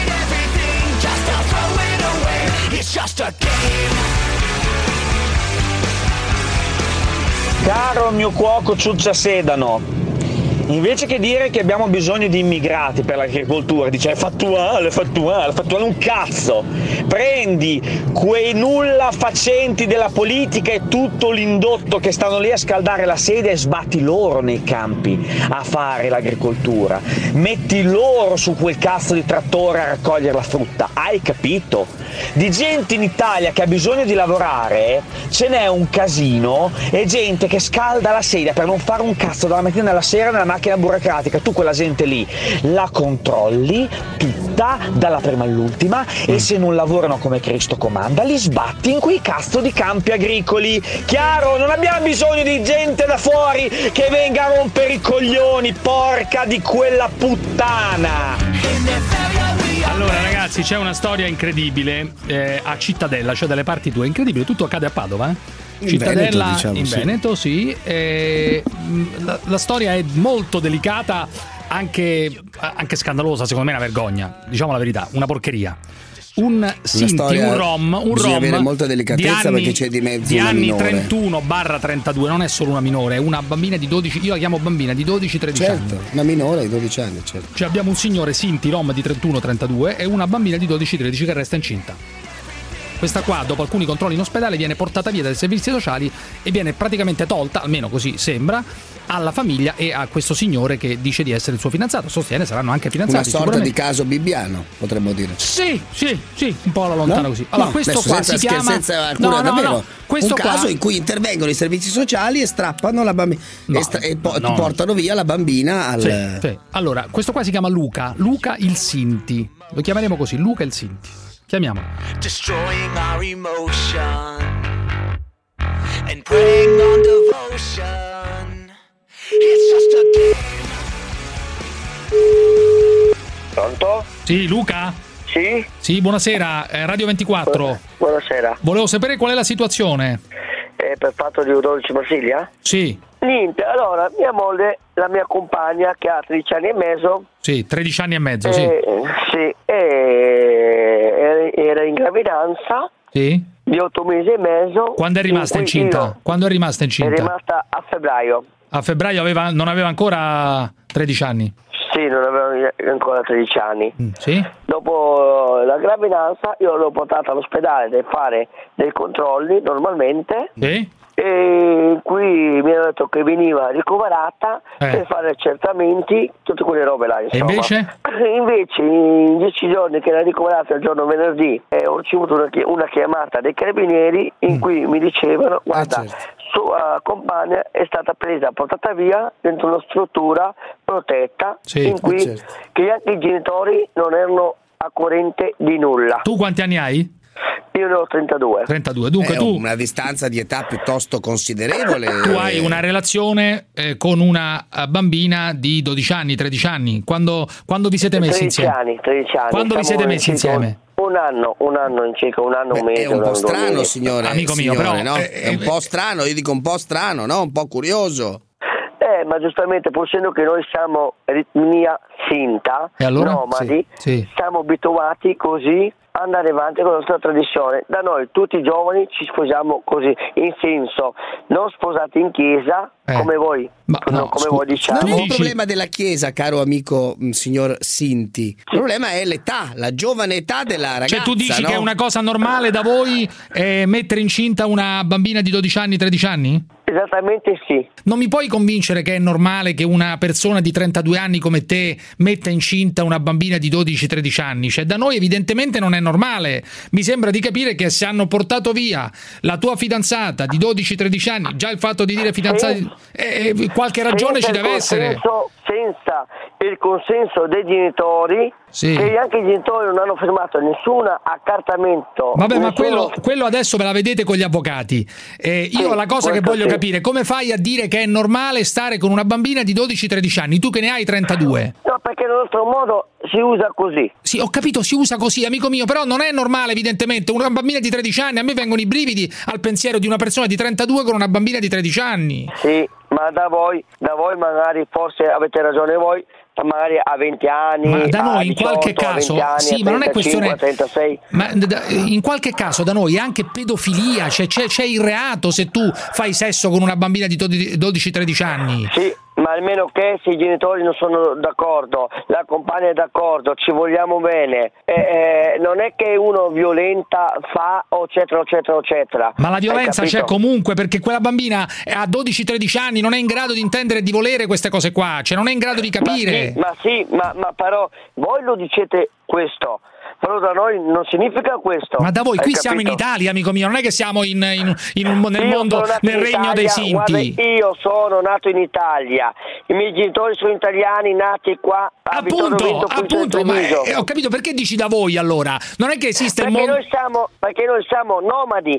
Caro mio cuoco Ciuccia Sedano, invece che dire che abbiamo bisogno di immigrati per l'agricoltura, dice è fattuale un cazzo. Prendi quei nulla facenti della politica e tutto l'indotto che stanno lì a scaldare la sedia e sbatti loro nei campi a fare l'agricoltura. Metti loro su quel cazzo di trattore a raccogliere la frutta, hai capito? Di gente in Italia che ha bisogno di lavorare ce n'è un casino, e gente che scalda la sedia per non fare un cazzo dalla mattina alla sera nella macchina burocratica. Tu quella gente lì la controlli tutta dalla prima all'ultima e se non lavorano come Cristo comanda li sbatti in quei cazzo di campi agricoli. Chiaro? Non abbiamo bisogno di gente da fuori che venga a rompere i coglioni, porca di quella puttana.
Allora ragazzi, c'è una storia incredibile a Cittadella, cioè dalle parti tue, incredibile, tutto accade a Padova, Cittadella, Veneto, diciamo, in Veneto, sì. La storia è molto delicata, anche scandalosa, secondo me è una vergogna, diciamo la verità, una porcheria. Un Sinti, un Rom bisogna avere molta delicatezza perché c'è di mezzo di una anni minore. 31/32, non è solo una minore, è una bambina di 12, io la chiamo bambina di 12-13 anni.
Una minore di 12 anni, certo.
Cioè abbiamo un signore Sinti Rom di 31-32 e una bambina di 12-13 che resta incinta. Questa qua, dopo alcuni controlli in ospedale, viene portata via dai servizi sociali e viene praticamente tolta, almeno così sembra, alla famiglia e a questo signore che dice di essere il suo fidanzato. Sostiene saranno anche fidanzati.
Una sorta di caso bibbiano, potremmo dire.
Sì, un po' alla lontana, no? Così. Allora, questo qua si chiama
davvero. Questo un caso in cui intervengono i servizi sociali e strappano la bambina portano via la bambina al...
Sì. Allora, questo qua si chiama Luca il Sinti. Lo chiameremo così, Luca il Sinti. Chiamiamolo.
Destroying our emotion and preying on devotion. It's just a game.
Pronto?
Sì, Luca?
Sì?
Sì, buonasera, Radio 24.
Buonasera.
Volevo sapere qual è la situazione.
Per fatto di U12 Marsiglia?
Sì.
Niente, allora, mia moglie, la mia compagna che ha 13 anni e mezzo.
Sì, 13 anni e mezzo, sì.
Sì, era in gravidanza.
Sì.
Di 8 mesi e mezzo.
Quando è rimasta incinta? Quando è rimasta incinta?
È rimasta a febbraio.
A febbraio non aveva ancora 13 anni?
Sì, non aveva ancora 13 anni.
Sì.
Dopo la gravidanza io l'ho portata all'ospedale per fare dei controlli normalmente.
Sì.
E qui mi hanno detto che veniva ricoverata per fare accertamenti, tutte quelle robe là, insomma.
E
invece in 10 giorni che era ricoverata, il giorno venerdì, ho ricevuto una chiamata dei carabinieri in cui mi dicevano guarda, sua compagna è stata presa, portata via dentro una struttura protetta in cui che anche i genitori non erano a corrente di nulla.
Tu quanti anni hai?
Io ne ho 32.
32. Dunque tu
una distanza di età piuttosto considerevole.
Tu hai una relazione con una bambina di 12 anni, 13 anni. Quando vi siete messi insieme?
13 anni.
Quando vi siete messi insieme?
Un anno in circa, un anno, un mese.
È un po' strano, signore.
Amico mio, però
no? È un po' strano, io dico un po' strano, no? Un po' curioso.
Ma giustamente, pur essendo che noi siamo etnia Sinta,
allora?
nomadi, siamo abituati così andare avanti con la nostra tradizione. Da noi tutti i giovani ci sposiamo così, in senso non sposati in chiesa come voi, voi diciamo.
Non è un problema della chiesa, caro amico signor Sinti. Il problema è l'età, la giovane età della ragazza.
Cioè tu dici che è una cosa normale da voi mettere incinta una bambina di 12 anni, 13 anni?
Esattamente sì.
Non mi puoi convincere che è normale che una persona di 32 anni come te metta incinta una bambina di 12-13 anni? Cioè da noi evidentemente non è normale. Mi sembra di capire che se hanno portato via la tua fidanzata di 12-13 anni, già il fatto di dire fidanzati, qualche ragione ci deve essere.
senza il consenso dei genitori, che anche i genitori non hanno firmato nessun accartamento.
Vabbè, ma quello adesso ve la vedete con gli avvocati. Io la cosa che voglio capire, come fai a dire che è normale stare con una bambina di 12-13 anni, tu che ne hai 32?
No, perché nel nostro modo si usa così.
Sì, ho capito, si usa così, amico mio, però non è normale evidentemente. Una bambina di 13 anni, a me vengono i brividi al pensiero di una persona di 32 con una bambina di 13 anni.
Sì, ma da voi magari forse avete ragione voi, magari a 20 anni,
ma da noi 18, in qualche caso
anni,
sì,
35,
ma non è questione
36.
Ma in qualche caso da noi è anche pedofilia, c'è il reato se tu fai sesso con una bambina di 12-13 anni.
Sì, ma almeno che se i genitori non sono d'accordo, la compagna è d'accordo, ci vogliamo bene, non è che uno violenta fa eccetera.
Ma la violenza c'è comunque, perché quella bambina a 12-13 anni non è in grado di intendere e di volere queste cose qua, cioè non è in grado di capire.
Ma però voi lo dicete questo, però da noi non significa questo.
Ma da voi qui siamo in Italia, amico mio, non è che siamo nel mondo, nel regno dei Sinti.
Guarda, io sono nato in Italia, i miei genitori sono italiani, nati qua.
Appunto, ma ho capito, perché dici da voi allora? Non è che esiste il mondo.
Perché noi siamo nomadi.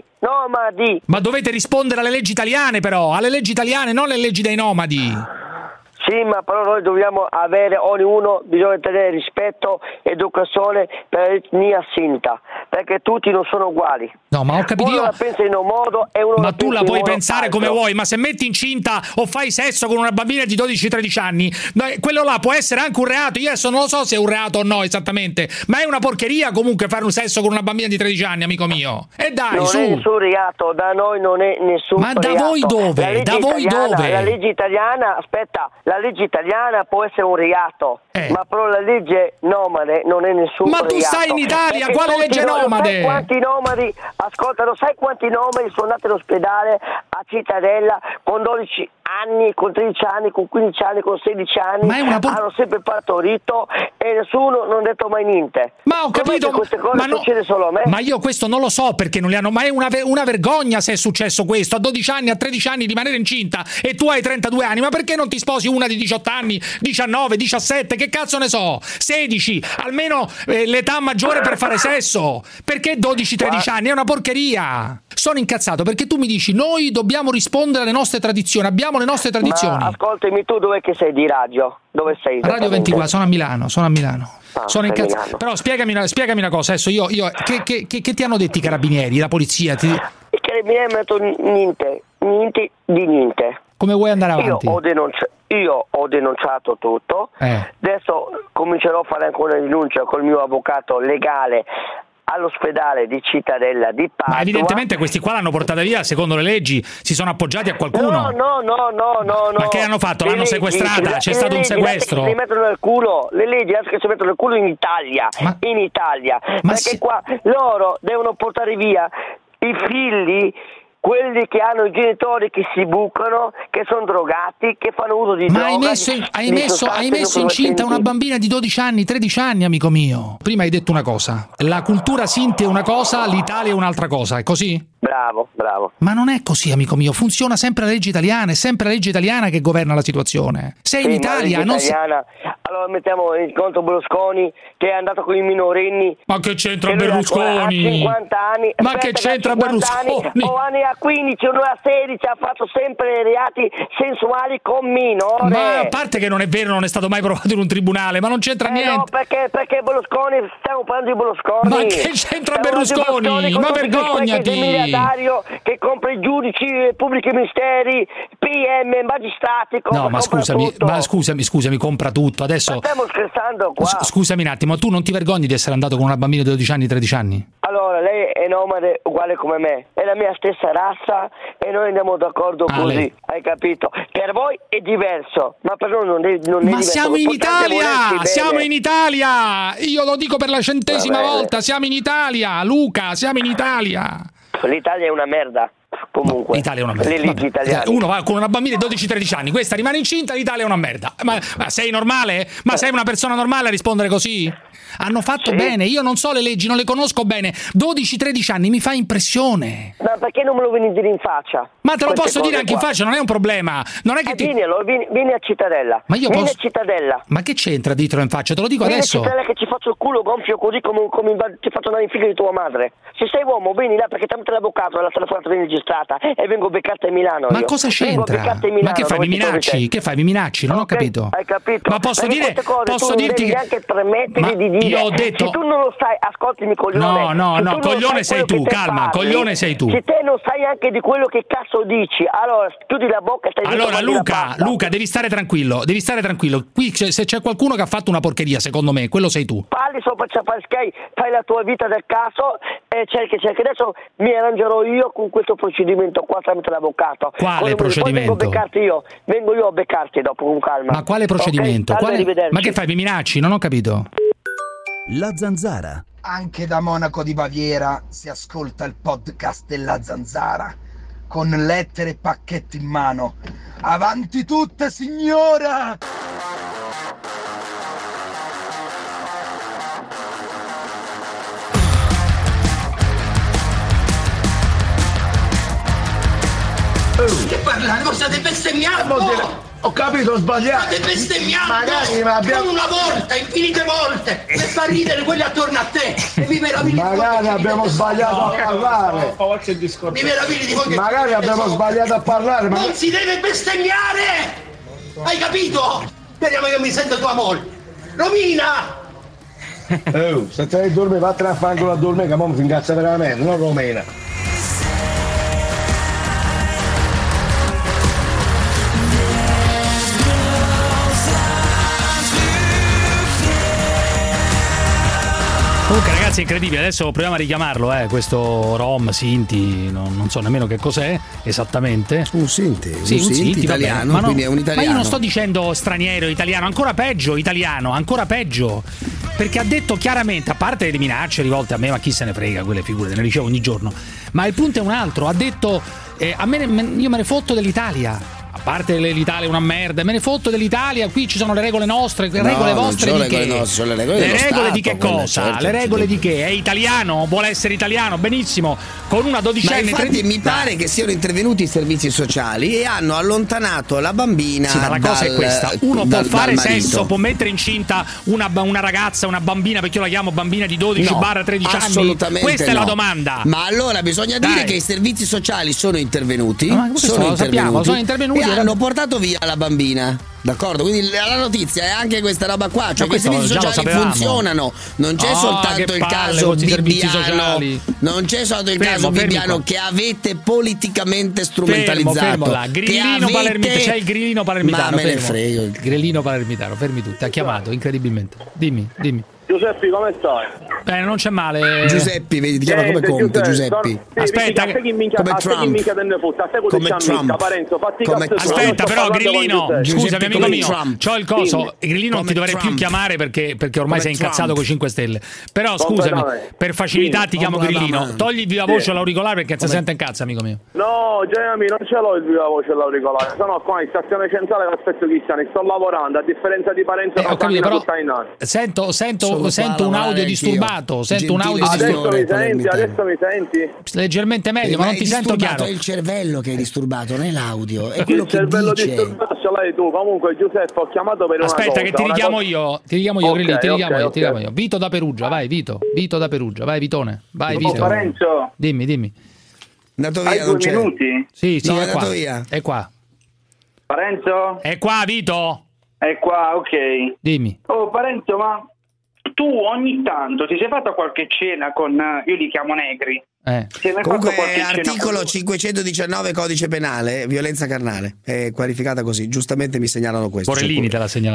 Ma dovete rispondere alle leggi italiane, però, alle leggi italiane, non alle leggi dei nomadi.
Sì, ma però noi dobbiamo avere, ognuno bisogna tenere rispetto, educazione per l'etnia sinta, perché tutti non sono uguali.
No, ma ho capito
uno la pensa in un modo e uno
ma
la
tu
pensa
la puoi
in un
pensare come vuoi, ma se metti incinta o fai sesso con una bambina di 12-13 anni, quello là può essere anche un reato. Io adesso non lo so se è un reato o no esattamente, ma è una porcheria comunque fare un sesso con una bambina di 13 anni, amico mio. E dai,
non è nessun reato, da noi non è nessun
reato. Ma da voi dove? Da voi dove?
La legge italiana, la legge italiana può essere un reato, ma però la legge nomade non è nessun reato.
Ma tu stai in Italia, quale legge nomade?
Sai quanti nomadi, ascolta, sai quanti nomadi sono andati all'ospedale a Cittadella con 12 anni, con 13 anni, con 15 anni, con 16 anni, hanno sempre partorito e nessuno non ha detto mai niente.
Ma ho capito,
queste cose succede solo a me.
Ma io questo non lo so perché non li hanno, ma è una vergogna se è successo questo, a 12 anni, a 13 anni rimanere incinta e tu hai 32 anni, ma perché non ti sposi una di 18 anni, 19, 17, che cazzo ne so, 16, almeno l'età maggiore per fare sesso? Perché 12-13 anni? È una porcheria. Sono incazzato perché tu mi dici noi dobbiamo rispondere alle nostre tradizioni, abbiamo le nostre tradizioni.
Ma ascoltami, tu dov'è che sei di radio? Dove sei?
Radio 24, sono a Milano. Sono incazzato. Però spiegami una cosa, adesso io che ti hanno detto i carabinieri, la polizia?
I carabinieri mi hanno detto niente.
Come vuoi andare avanti?
Io ho denunciato tutto, adesso comincerò a fare anche una denuncia col mio avvocato legale all'ospedale di Cittadella di Padova.
Ma evidentemente questi qua l'hanno portata via secondo le leggi, si sono appoggiati a qualcuno.
No.
Ma che hanno fatto? L'hanno sequestrata? C'è stato un sequestro?
Si mettono nel culo, le leggi che si mettono nel culo in Italia, perché qua loro devono portare via i figli, quelli che hanno i genitori che si bucano, che sono drogati, che fanno uso di droga.
Ma hai messo incinta una bambina di 12 anni, 13 anni, amico mio. Prima hai detto una cosa, la cultura sinti è una cosa, l'Italia è un'altra cosa, è così?
Bravo.
Ma non è così, amico mio, funziona sempre la legge italiana, è sempre la legge italiana che governa la situazione. Sei in Italia, non
Allora mettiamo in conto Berlusconi che è andato con i minorenni.
Ma che c'entra Berlusconi?
A 50 anni.
Ma che c'entra Berlusconi?
O anni a 15 o a 16 ha fatto sempre reati sensuali con minore.
Ma a parte che non è vero, non è stato mai provato in un tribunale, ma non c'entra niente.
No, perché Berlusconi, stiamo parlando di Berlusconi.
Ma che c'entra Berlusconi? Ma vergognati!
Che compra i giudici, pubblici ministeri, PM, magistrati.
No, ma scusami, compra tutto. Adesso
ma stiamo scherzando qua.
Scusami un attimo, tu non ti vergogni di essere andato con una bambina di 12 anni, 13 anni?
Allora, lei è nomade uguale come me, è la mia stessa razza e noi andiamo d'accordo così,
lei.
Hai capito? Per voi è diverso, ma per noi non è diverso.
Ma siamo in Italia! Io lo dico per la 100ª volta, siamo in Italia, Luca, siamo in Italia!
L'Italia è una merda. Comunque,
l'Italia è una merda.
Le leggi italiane.
Uno va con una bambina di 12-13 anni, questa rimane incinta, l'Italia è una merda. Ma sei normale? Ma sei una persona normale a rispondere così? Hanno fatto bene, io non so le leggi, non le conosco bene. 12-13 anni mi fa impressione.
Ma perché non me lo vieni a dire in faccia?
Ma te lo posso dire anche in faccia, non è un problema. Non è che
vieni a Cittadella.
Ma io
vieni a Cittadella.
Ma che c'entra ditelo in faccia? Te lo dico
vieni
adesso.
Vieni a Cittadella che ci faccio il culo gonfio così come ti faccio andare in figlio di tua madre. Se sei uomo vieni là perché tramite l'avvocato la telefonata viene registrata e vengo beccata a Milano.
Ma cosa c'entra? Ma che fai, mi minacci? Che fai, mi minacci? Non ho capito.
Hai capito?
Ma posso dirti che
neanche permettere di dire.
Io ho detto
se tu non lo sai, ascoltami coglione.
No, coglione sei tu, calma, coglione sei tu.
Se te non sai anche di quello che cazzo dici, allora chiudi la bocca e stai zitto.
Allora Luca, devi stare tranquillo. Qui se c'è qualcuno che ha fatto una porcheria, secondo me, quello sei tu.
Parli sopra Sky, fai la tua vita del caso e cerchi. Adesso mi arrangerò io con questo procedimento qua tramite l'avvocato.
Quale procedimento?
Vengo io a beccarti dopo con calma.
Ma quale procedimento? Ma che fai, mi minacci? Non ho capito.
La Zanzara.
Anche da Monaco di Baviera si ascolta il podcast della Zanzara con lettere e pacchetti in mano. Avanti tutte, signora!
Che parlate? Voi state bestemmiando!
Ho capito, ho sbagliato.
State bestemmiando!
Magari, ma abbiamo...
Non una volta, infinite volte! E fa ridere quelli attorno a te! E mi meravigli.
Magari abbiamo sbagliato a parlare!
Mi meravigli di voi che...
Magari abbiamo sbagliato a parlare, ma...
Non si deve bestemmiare! Hai capito? Speriamo che mi senta tua moglie! Romina!
Se te ne dormi, vattene a fanculo a dormire, che mo mi incazza veramente, non Romina!
Comunque ragazzi è incredibile, adesso proviamo a richiamarlo, questo Rom, Sinti, non so nemmeno che cos'è esattamente.
Un Sinti,
sì, un Sinti
italiano, quindi è un italiano.
Ma io non sto dicendo straniero, italiano, ancora peggio italiano, ancora peggio. Perché ha detto chiaramente, a parte le minacce rivolte a me, ma chi se ne frega, quelle figure, ne ricevo ogni giorno. Ma il punto è un altro, ha detto, io me ne fotto dell'Italia. A parte l'Italia è una merda, me ne fotto dell'Italia, qui ci sono le regole nostre, le regole vostre di che?
Sono le regole
le regole di che cosa?
Certo,
le regole di che? È italiano? Vuole essere italiano? Benissimo, con una dodicenne.
Ma infatti mi pare che siano intervenuti i servizi sociali e hanno allontanato la bambina.
Sì, ma la cosa è questa: uno può fare sesso, può mettere incinta una ragazza, una bambina, perché io la chiamo bambina di 12-13 anni.
Assolutamente
questa è la domanda.
Ma allora bisogna dire che i servizi sociali sono intervenuti. Sono intervenuti. Hanno portato via la bambina, d'accordo? Quindi la notizia è anche questa roba qua, cioè che i servizi sociali funzionano. Non c'è soltanto il caso Bibbiano, non c'è soltanto il caso Bibbiano che avete politicamente strumentalizzato.
Fermo là. Grillino palermitano, c'è il grillino palermitano.
Ma me ne frego.
Il grillino palermitano, fermi tutti, ha chiamato incredibilmente. Dimmi.
Giuseppe, come stai?
Bene, non c'è male.
Giuseppe, vedi, ti chiama come Conte, Giuseppe.
Aspetta, aspetta, però Grillino, scusami amico mio, c'ho il coso, Grillino non ti dovrei più chiamare perché ormai sei incazzato con 5 Stelle. Però scusami, per facilità ti chiamo Grillino. Togli il viva voce all'auricolare perché si sente in cazzo, amico mio.
No, Jeremy, non ce l'ho il viva voce all'auricolare. Sono qua in stazione centrale all'aspetto Cristiani, sto lavorando, a differenza di Parenzo non sta
però sento un audio disturbato,
Adesso mi senti?
Leggermente meglio, ma non ti sento chiaro.
È il cervello che è disturbato, non è l'audio, è
quello
quello
il cervello
che dice.
disturbato ce l'hai tu. Comunque Giuseppe, ho chiamato per
Aspetta
una cosa.
che ti richiamo io, Grillino, ti richiamo io. Vito da Perugia, vai Vito da Perugia, vai Vitone, vai Vito.
Parenzo.
Dimmi.
Andato via,
hai
non
2
c'è.
minuti?
Sì,
no,
è qua. Via. È qua.
Parenzo?
È qua, Vito.
È qua, ok.
Dimmi.
Oh, Parenzo, ma tu ogni tanto ti sei fatta qualche cena con, io li chiamo negri.
Comunque articolo 519 codice penale, violenza carnale, è qualificata così, giustamente mi segnalano questo.
Borellini te l'ha segnalato.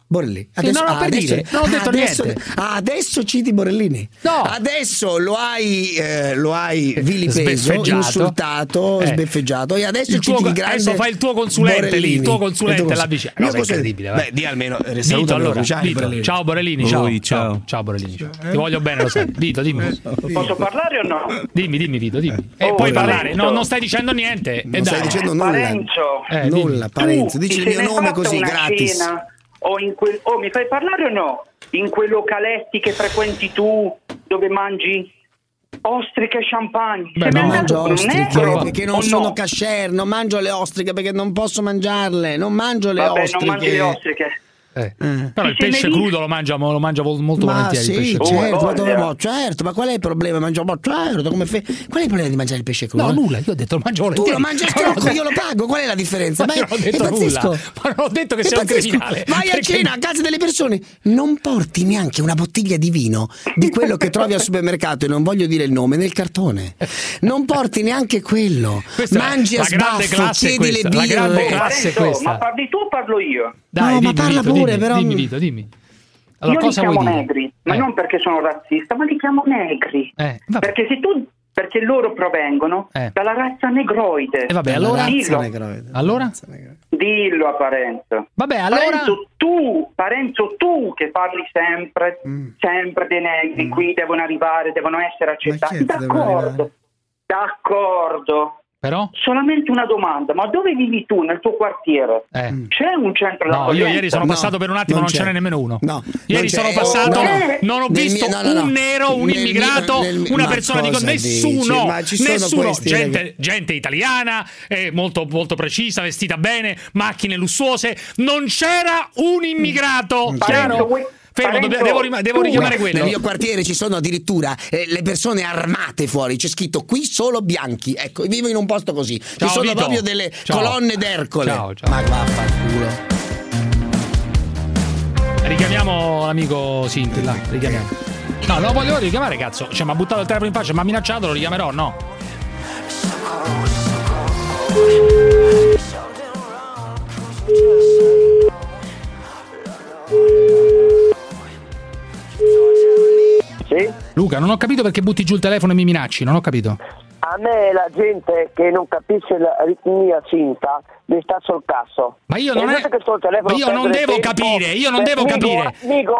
Borrellini.
Adesso, non ho detto niente.
Adesso citi Borrellini.
No.
Adesso lo hai vilipeso, insultato, sbeffeggiato, e adesso citi di grande.
Adesso fai il tuo consulente
Borrellini.
lì, il tuo consulente la vicina.
No,
è incredibile.
Beh, di almeno
Dito, allora. Ciao Borrellini, ciao Borrellini. Ti voglio bene, lo sai. Dito, dimmi.
Posso parlare o no?
Dimmi Vito, dimmi. E puoi parlare. No, non stai dicendo niente.
Non stai dicendo nulla. Nulla, Parenzo, dici il mio nome così gratis.
Mi fai parlare o no? In quei localetti che frequenti tu, dove mangi ostriche e champagne.
Beh, non mangio ostriche perché non sono cashier, non mangio le ostriche perché non posso mangiarle, non mangio le ostriche.
Non mangi le ostriche.
Però il pesce crudo lo mangia molto volentieri.
Sì, certo, ma qual è il problema? Mangiamo certo, qual è il problema di mangiare il pesce crudo?
No, nulla, io ho detto lo mangio volentieri.
Tu lo mangi a scrocco, io lo pago, qual è la differenza?
Ma io non ho detto nulla, ma non ho detto che sei un criminale.
Vai a cena a casa delle persone, non porti neanche una bottiglia di vino di quello che trovi al supermercato, e non voglio dire il nome, nel cartone. Non porti neanche quello. Mangi a sbaffo, chiedi le birre.
La grande classe è questa.
Ma parli tu o parlo io?
Dai,
no, ma parla pure, però.
Dimmi Vito, dimmi. Allora,
io
cosa
li chiamo
vuoi dire?
negri, ma non perché sono razzista, ma li chiamo negri. Perché loro provengono dalla razza negroide.
E vabbè, allora
dillo a Parenzo.
Vabbè, allora
Parenzo, tu che parli sempre dei negri, qui devono arrivare, devono essere accettati. D'accordo.
Però?
Solamente una domanda, ma dove vivi tu nel tuo quartiere? C'è un centro d'accoglienza?
No, io ieri sono passato per un attimo, non ce n'è nemmeno uno.
No,
ieri sono passato, non ho visto un nero, un immigrato, una persona di nessuno. Gente italiana, molto, molto precisa, vestita bene, macchine lussuose. Non c'era un immigrato. Chiaro? Fermo, devo richiamare quello.
Nel mio quartiere ci sono addirittura le persone armate fuori, c'è scritto qui solo bianchi. Ecco, vivo in un posto così. Ci sono
Vito.
proprio delle colonne d'Ercole.
Ciao.
Ma vaffanculo.
Richiamiamo l'amico Sinti, là, richiamiamo. No, non lo voglio richiamare, cazzo. Cioè, mi ha buttato il telefono in faccia, mi ha minacciato, lo richiamerò, no.
Sì?
Luca, non ho capito perché butti giù il telefono e mi minacci, non ho capito.
A me la gente che non capisce l'aritmia finta mi sta sul cazzo.
Ma io non devo capire, io non devo capire.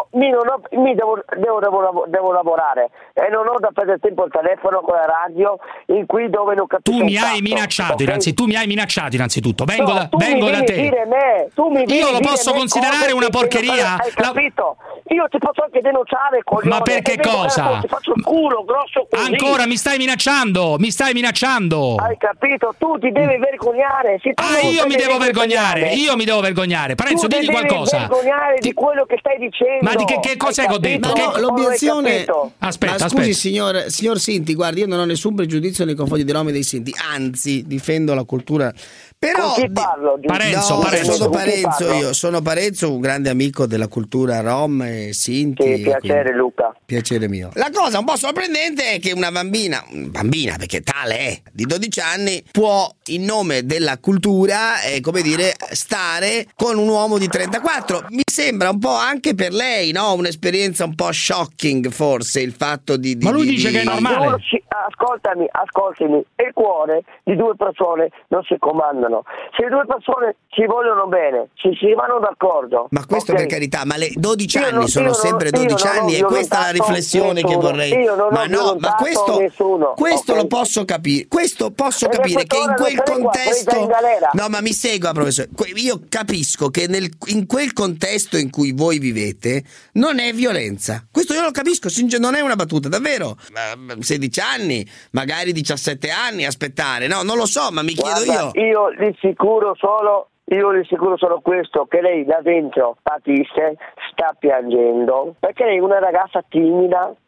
Devo lavorare e non ho da perdere tempo al telefono con la radio in cui dove non capisco.
Tu mi hai minacciato, innanzitutto. Vengo da te. Io lo posso considerare una porcheria.
Hai capito? Io ti posso anche denunciare, coglione.
Ma perché cosa?
Ti faccio il culo grosso così.
Ancora mi stai minacciando.
Hai capito? Tu ti devi vergognare.
Io mi devo vergognare. Parenzo, digli qualcosa.
Tu devi vergognare di quello che stai dicendo.
Ma di che cosa hai detto?
L'obiezione.
Aspetta.
Scusi, signor Sinti, guardi, io non ho nessun pregiudizio nei confronti dei rom e dei Sinti, anzi, difendo la cultura. Però
con chi parlo?
Parenzo. Sono Parenzo, un grande amico della cultura rom e Sinti.
Sì, piacere Luca.
Piacere mio. La cosa un po' sorprendente è che una bambina perché tale è, di 12 anni, può in nome della cultura, come dire, stare con un uomo di 34. Mi sembra un po' anche per lei, no? Un'esperienza un po' shocking, forse, il fatto di
ma lui dice che è normale.
Ascoltami, il cuore di due persone non si comandano. Se le due persone si vogliono bene, si vanno d'accordo.
Ma questo per carità, ma le 12 anni sono sempre 12 anni, e questa è la riflessione che vorrei. Ma questo lo posso capire. Questo posso capire che in quel contesto. No, ma mi segua, professore. Io capisco che in quel contesto in cui voi vivete non è violenza. Questo io lo capisco, non è una battuta, davvero. 16 anni, magari 17 anni, aspettare. No, non lo so, ma mi chiedo io.
Io li sicuro solo questo, che lei da dentro patisce, sta piangendo, perché lei è una ragazza timida,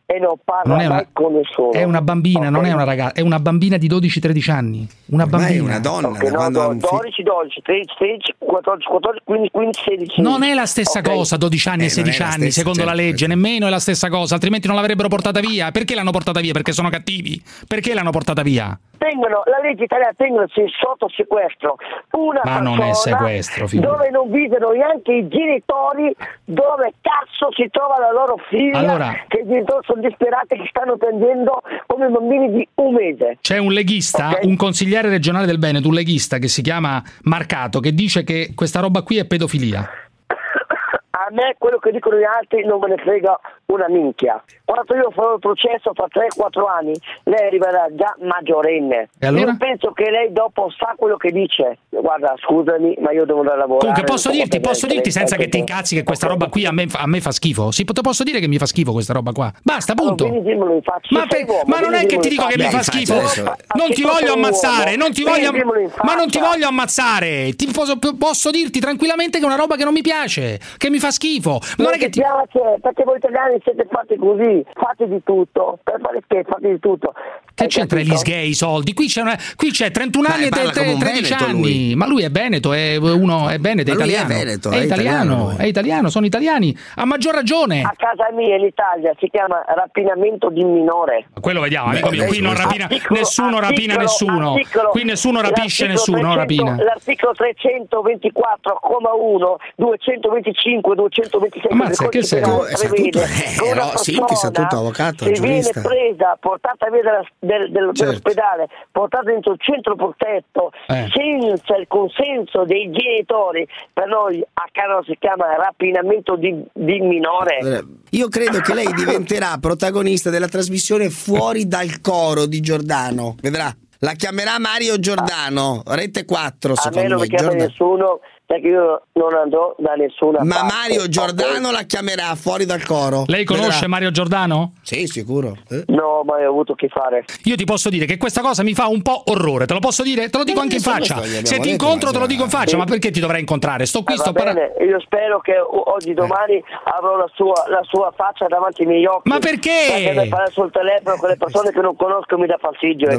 e non parla mai con nessuno.
È una bambina, non è una ragazza, è una bambina di 12-13 anni. Una bambina.
È una donna.
Okay, 12, 13, 14, 15, 16.
Non è la stessa cosa 12 anni e 16 anni, secondo la legge, nemmeno è la stessa cosa, altrimenti non l'avrebbero portata via. Perché l'hanno portata via? Perché sono cattivi. Perché l'hanno portata via?
La legge italiana tengono sotto sequestro una
persona, non è sequestro,
dove non vivono neanche i genitori, dove cazzo si trova la loro figlia, che i genitori sono disperati, che stanno prendendo come bambini di un mese.
C'è un leghista, un consigliere regionale del Veneto, un leghista che si chiama Marcato, che dice che questa roba qui è pedofilia.
A me quello che dicono gli altri non me ne frega una minchia. Quando io farò il processo fra 3-4 anni, lei arriverà già maggiorenne.
E allora?
Io penso che lei dopo sa quello che dice. Guarda, scusami, ma io devo andare a lavorare.
Comunque posso dirti senza che ti incazzi che questa roba qui a me fa schifo. Sì, te posso dire che mi fa schifo questa roba qua. Basta, punto. Ma non è che ti dico che mi fa schifo. Non ti voglio ammazzare, ma non ti voglio ammazzare. Posso dirti tranquillamente che è una roba che non mi piace, che mi fa schifo.
Non è che ti piace, perché voi italiani siete fatti così, fate di tutto, per fare scherzo, fate di tutto.
Che c'entra gli sgay, i soldi? Qui c'è 31 anni e 13 anni. Ma lui è veneto, è veneto, è italiano. È italiano, sono italiani. Ha maggior ragione.
A casa mia in Italia si chiama rapinamento di minore.
Quello vediamo, amico mio, qui non rapina nessuno, rapina nessuno. Qui nessuno rapisce nessuno, non rapina.
L'articolo 324,1, 225, 226.
Ammazza, che sei? Sì, sa tutto, avvocato,
se
giurista.
viene presa, portata via dell'ospedale, portata dentro il centro protetto senza il consenso dei genitori, per noi a casa si chiama rapinamento di minore.
Io credo che lei diventerà protagonista della trasmissione Fuori dal coro di Giordano, vedrà. La chiamerà Mario Giordano, Rete 4, secondo me.
A me non mi chiama nessuno, perché io non andrò da nessuna
Ma
parte.
Mario Giordano la chiamerà Fuori dal coro.
Lei conosce
Vedrà.
Mario Giordano?
Sì, sicuro.
No, ma ho avuto che fare.
Io ti posso dire che questa cosa mi fa un po' orrore, te lo posso dire? Te lo dico anche in faccia. Se ti incontro te lo dico in faccia, ma perché ti dovrei incontrare? Sto qui, sto parlando.
Io spero che oggi, domani avrò la sua faccia davanti ai miei occhi.
Ma perché?
Perché per fare sul telefono con le persone che non conosco mi dà fastidio.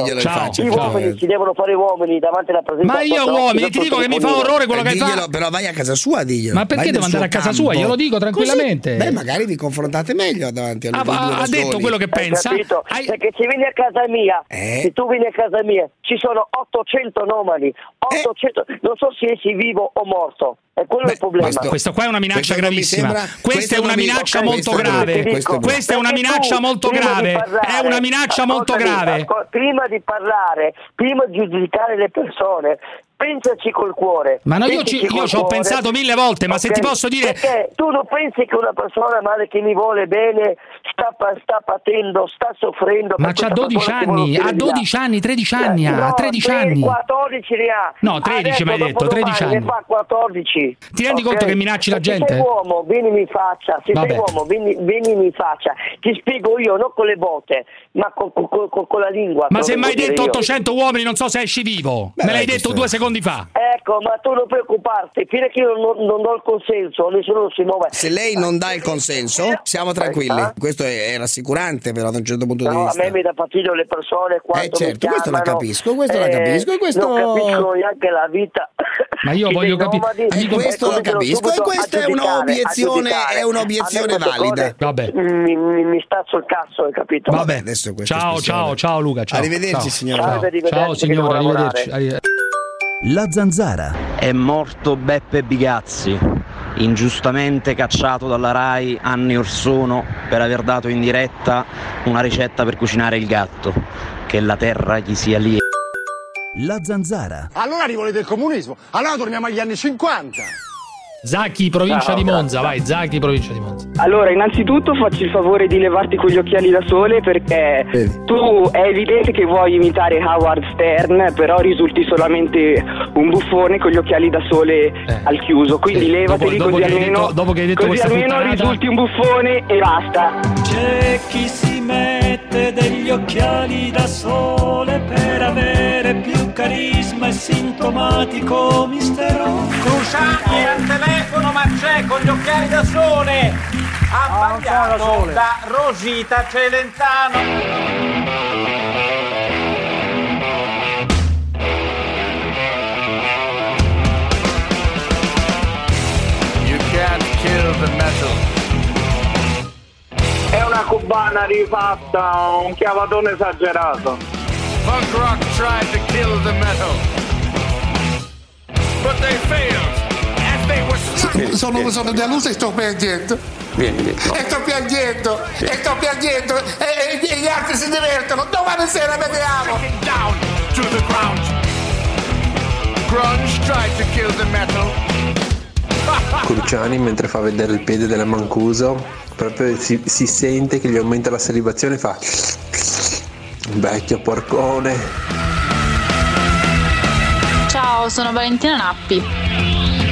Gli uomini si devono fare uomini davanti alla presenza.
Ma io uomini, ti dico che mi fa orrore quello che fa.
Però vai a casa sua, diglielo.
Ma perché devo andare a casa sua? Io lo dico tranquillamente.
Così, magari vi confrontate meglio davanti a lui.
Ha detto quello che pensa.
Perché se vieni a casa mia, se tu vieni a casa mia, ci sono 800 nomadi, 800, non so se sei vivo o morto. E quello è il problema.
Questo qua è una minaccia gravissima. Questa è una minaccia molto grave. Questa è una minaccia molto grave. È una minaccia molto grave.
Prima di parlare, prima di giudicare le persone, pensaci col cuore.
Ma no, io ci ho pensato 1000 volte, ma se ti posso dire.
Perché tu non pensi che una persona male che mi vuole bene sta patendo, sta soffrendo?
Ma c'ha 12 anni, ha 12 anni, 13 anni, ha 13 anni.
14 ne ha.
No, 13 mi hai detto, 13 anni.
Ne fa 14.
Ti rendi conto che minacci la gente?
Se sei uomo, vienimi in faccia. Se sei uomo, vienimi in faccia. Ti spiego io, non con le botte, ma con la lingua.
Ma se mai detto 800 uomini, non so se esci vivo. Me l'hai detto 2 secondi fa.
Ecco, ma tu non preoccuparti, fino a che io non do il consenso, nessuno si muove.
Se lei non dà il consenso, siamo tranquilli. Questo è rassicurante, però da un certo punto di vista.
A me mi dà fastidio le persone quando
certo,
mi
questo la capisco, questo la capisco. E questo...
non capiscono neanche la vita.
Ma io voglio capire.
Questo lo capisco, e questa è un'obiezione valida.
Vabbè.
Mi stazzo il cazzo, hai capito?
Vabbè, adesso
ciao Luca, ciao.
Arrivederci, signore.
Ciao signore, arrivederci.
La Zanzara.
È morto Beppe Bigazzi, ingiustamente cacciato dalla Rai anni or sono per aver dato in diretta una ricetta per cucinare il gatto. Che la terra gli sia lieta.
La Zanzara.
Allora rivolete il comunismo, allora torniamo agli anni 50.
Zacchi, provincia di Monza, vai, Zacchi, provincia di Monza.
Allora, innanzitutto facci il favore di levarti con gli occhiali da sole, perché tu è evidente che vuoi imitare Howard Stern, però risulti solamente un buffone con gli occhiali da sole al chiuso, quindi levateli così almeno, risulti un buffone e basta.
C'è chi si mette degli occhiali da sole per avere più carisma e sintomatico mistero.
Scusa, è al telefono, ma c'è con gli occhiali da sole.
Abbagliato da Rosita Celentano.
You can't kill the metal.
È una cubana rifatta, un chiavatone esagerato.
Punk rock tried to kill the metal, but they failed. And they were
Sono deluso e sto piangendo. E sto piangendo. E gli altri si divertono. Domani sera vediamo.
Down to the ground. Grunge tried to kill the metal.
Cruciani, mentre fa vedere il piede della Mancuso, proprio si sente che gli aumenta la salivazione e fa vecchio porcone.
Ciao, sono Valentina Nappi.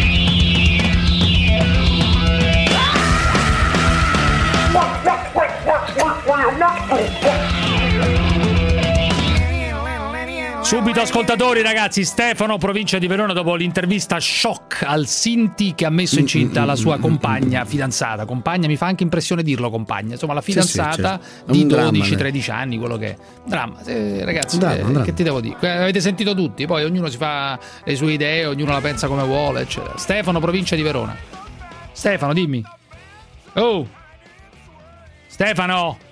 Subito ascoltatori, ragazzi. Stefano, provincia di Verona, dopo l'intervista shock al Sinti che ha messo incinta la sua compagna, fidanzata. Compagna, mi fa anche impressione dirlo compagna. Insomma, la fidanzata di 12-13 anni, quello che è. Dramma. Ragazzi, dramma. Che ti devo dire? Avete sentito tutti, poi ognuno si fa le sue idee, ognuno la pensa come vuole, eccetera. Stefano, provincia di Verona. Stefano, dimmi. Oh! Stefano!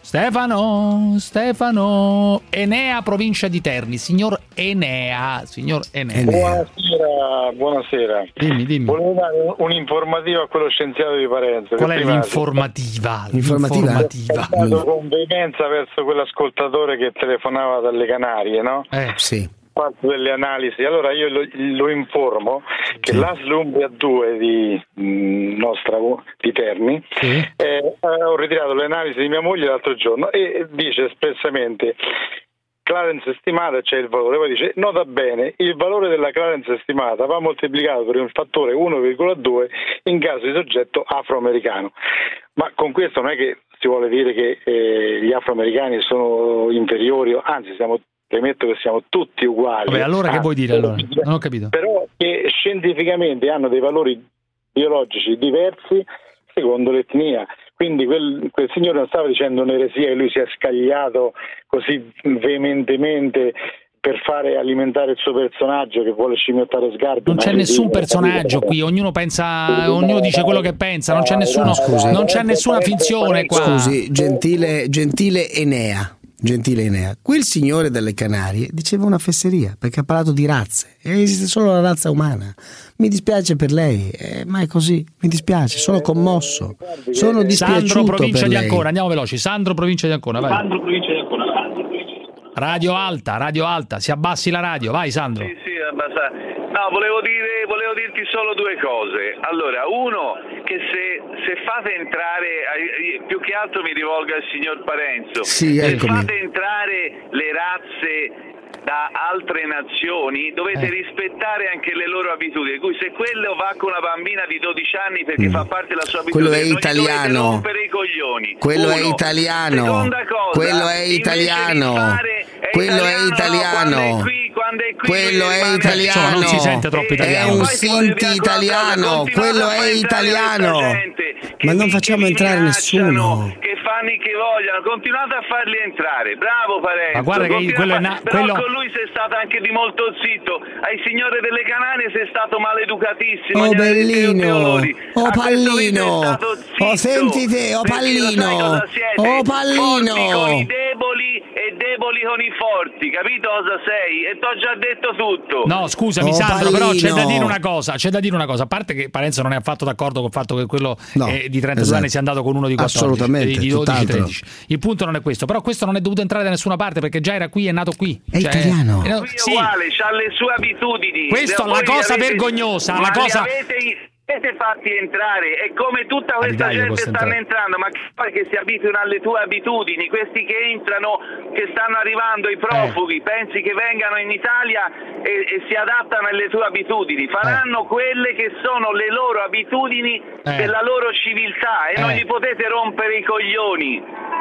Enea, provincia di Terni, signor Enea.
Buonasera.
Dimmi.
Volevo dare un'informativa a quello scienziato di Parenzo.
Qual è l'informativa?
È stato con veemenza verso quell'ascoltatore che telefonava dalle Canarie, no?
Sì.
Fatto delle analisi. Allora io lo informo che l'ASL Umbria 2 di Terni ho ritirato le analisi di mia moglie l'altro giorno e dice espressamente Clarence stimata c'è il valore, poi dice nota bene, il valore della Clarence stimata va moltiplicato per un fattore 1,2 in caso di soggetto afroamericano. Ma con questo non è che si vuole dire che gli afroamericani sono inferiori, anzi premetto che siamo tutti uguali.
Vabbè, allora che vuoi dire allora? Non ho capito.
Però che scientificamente hanno dei valori biologici diversi secondo l'etnia. Quindi quel signore non stava dicendo un'eresia che lui si è scagliato così veementemente per fare alimentare il suo personaggio che vuole scimmiottare Sgarbi.
Non c'è nessun personaggio qui, ognuno dice quello che pensa, non c'è nessuno, non c'è nessuna finzione qua.
Scusi, gentile Enea. Qui il signore delle Canarie diceva una fesseria perché ha parlato di razze e esiste solo la razza umana. Mi dispiace per lei, ma è così, mi dispiace, sono commosso, sono dispiaciuto.
Sandro, provincia
per
di
lei.
Ancona, andiamo veloci. Sandro, provincia di Ancona, vai. Radio alta, si abbassi la radio, vai Sandro.
Sì, abbassa. No, volevo dirti solo due cose. Allora, uno, che se fate entrare, più che altro mi rivolgo al signor Parenzo, se fate entrare le razze da altre nazioni dovete rispettare anche le loro abitudini, se quello va con una bambina di 12 anni perché fa parte della sua abitudine,
quello è italiano,
non rompere i coglioni.
Quello è italiano.
Seconda cosa,
quello è italiano. Quello è italiano. Quello è italiano.
Non si sente troppo italiano.
È un Sinti italiano. Quello è italiano. Ma non facciamo entrare nessuno.
Che fanno che vogliono, continuate a farli entrare. Bravo Parenzo.
Ma guarda che
però con lui sei stato anche di molto zitto. Ai signore delle Canarie sei stato maleducatissimo.
Oh bellino. Oh pallino. Oh senti te, oh pallino. Oh pallino.
Con i deboli e deboli con i forti, capito cosa sei? E t'ho già detto tutto.
No, scusami Sandro, però c'è da dire una cosa, a parte che Parenzo non è affatto d'accordo con il fatto che quello di 32 anni sia andato con uno di 14,
assolutamente,
di 12, 13. Il punto non è questo, però questo non è dovuto entrare da nessuna parte perché già era qui, è nato qui.
È italiano.
Sì. Uguale, c'ha le sue abitudini.
Questa è la cosa vergognosa, la cosa
avete fatti entrare e come tutta questa gente stanno entrando, ma che si abituino alle tue abitudini, questi che entrano, che stanno arrivando i profughi, pensi che vengano in Italia e si adattano alle tue abitudini, faranno quelle che sono le loro abitudini della loro civiltà e non gli potete rompere i coglioni.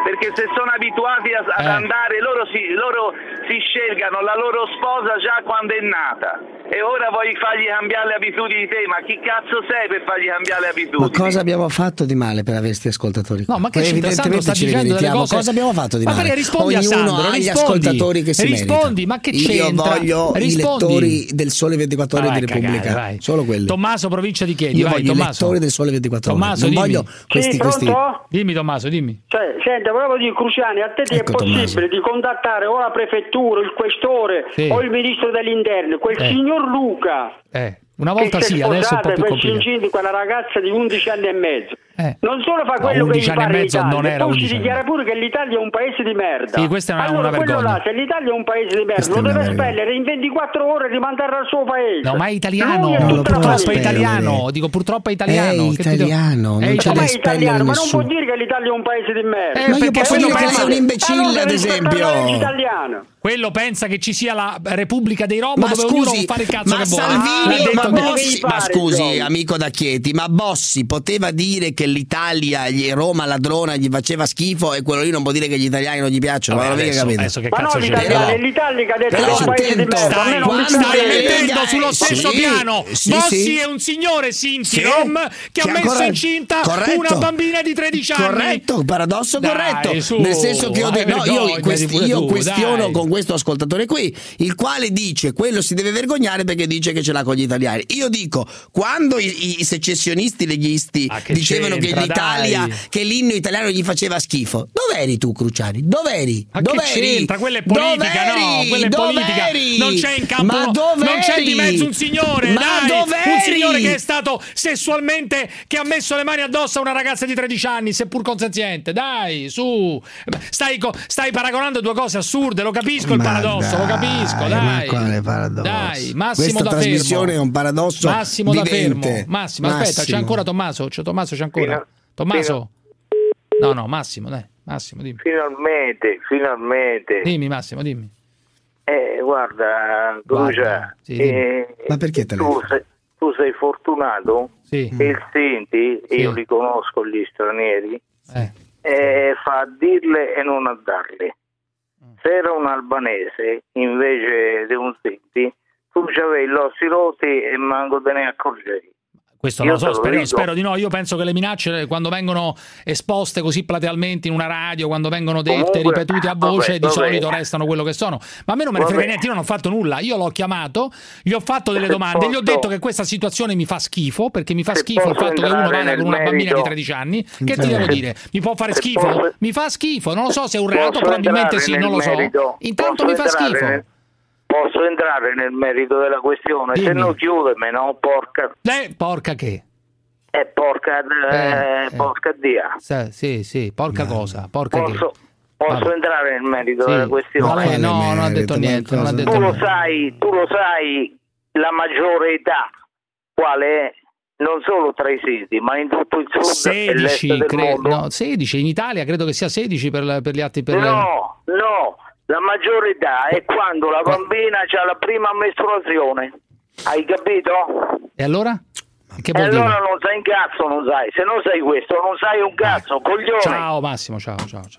perché se sono abituati ad andare, loro si scelgano la loro sposa già quando è nata, e ora vuoi fargli cambiare le abitudini te, ma chi cazzo sei per fargli cambiare le abitudini?
Ma cosa abbiamo fatto di male per averti ascoltatori?
No, ma che evidentemente sta dicendo delle cose.
Cosa abbiamo fatto di male?
Rispondi
Ognuno
a Sandro,
ha gli ascoltatori che si
rispondi, ma che c'entra?
Io voglio i lettori del Sole 24 Ore di Repubblica,
vai.
solo quelli.
Tommaso, provincia di Chiedi,
io
vai,
voglio
Tommaso.
i lettori del Sole 24 Ore.
Tommaso,
non
dimmi.
voglio questi.
Dimmi Tommaso, dimmi.
Senti, volevo dire, Cruciani, a te ti è possibile di contattare o la prefettura, il questore o il ministro dell'interno, quel signor Luca
una volta sì, adesso un po' più complicato,
di quella ragazza di 11 anni e mezzo. Non solo fa quello che gli pare in Italia, poi si dichiara pure che l'Italia è un paese di merda.
Sì, questa è una
quello
vergogna.
là, se l'Italia è un paese di merda, lo deve espellere in 24 ore e rimandarlo al suo paese.
No, ma è italiano, purtroppo è italiano. Dico purtroppo è italiano.
È italiano, non c'è da espellere
ma non
nessuno.
può dire che l'Italia è un paese di merda.
Ma io posso dire che lei è un imbecille, ad esempio.
Quello pensa che ci sia la Repubblica dei Rom, dove ognuno può fare il cazzo che vuole.
Ma scusi, amico da Chieti, ma Bossi poteva dire che l'Italia, Roma ladrona, gli faceva schifo, e quello lì non può dire che gli italiani non gli piacciono. Ma
adesso che cazzo c'è?
È l'Italia che ha detto che è un paese di merda.
Stai mettendo sullo stesso piano. Bossi è un signore Sinti Rom che ha messo incinta una bambina di 13 anni.
Corretto, paradosso corretto. Nel senso che io questiono con questo ascoltatore qui, il quale dice quello si deve vergognare perché dice che ce l'ha con gli italiani. Io dico, quando i secessionisti leghisti dicevano che l'Italia, che l'inno italiano gli faceva schifo, dov'eri tu, Cruciani? Dov'eri?
Ma che c'entra? Quella è politica, no? Quella è politica. Non c'è in campo, non c'è di mezzo un signore, un signore che è stato sessualmente, che ha messo le mani addosso a una ragazza di 13 anni, seppur consenziente. Dai, su. Stai paragonando due cose assurde, lo capisco il paradosso, lo capisco, dai.
Ma quale paradosso?
Dai, Massimo
Questa
da
trasmissione è un paradosso
Massimo
vivente.
da fermo. Massimo, aspetta, c'è ancora Tommaso. C'è ancora. Tommaso? No, Massimo, dai. Massimo, dimmi.
Finalmente.
Dimmi, Massimo, dimmi.
Guarda, Crucia,
ma perché te
tu sei fortunato e senti, io li conosco gli stranieri, fa a dirle e non a darle. Se era un albanese, invece di un senti, tu c'avevi gli ossi rotti e manco te ne accorgevi.
Questo non lo so, spero di no. Io penso che le minacce, quando vengono esposte così platealmente in una radio, quando vengono dette, ripetute a voce, di solito restano quello che sono. Ma a me non me ne frega niente, io non ho fatto nulla. Io l'ho chiamato, gli ho fatto delle domande, gli ho detto che questa situazione mi fa schifo, perché mi fa schifo il fatto che uno vada con una bambina di 13 anni. Che ti devo dire? Mi può fare schifo? Mi fa schifo, non lo so se è un reato, probabilmente sì, non lo so. Intanto mi fa schifo.
Posso entrare nel merito della questione? Se no chiudemi, no? Porca.
Porca che?
Porca dia.
Sì, porca cosa? Porca
posso entrare nel merito della questione?
No, non ha detto niente.
Tu lo sai, la maggiore età qual è? Non solo tra i siti, ma in tutto il sud 16, e l'est del mondo.
No, 16 in Italia, credo che sia 16 per gli atti per
No. La maggiore età è quando la bambina ha la prima mestruazione. Hai capito?
E allora? Che
vuol dire? Allora non sai un cazzo, non sai. Se non sai questo, non sai un cazzo, coglione.
Ciao Massimo, ciao.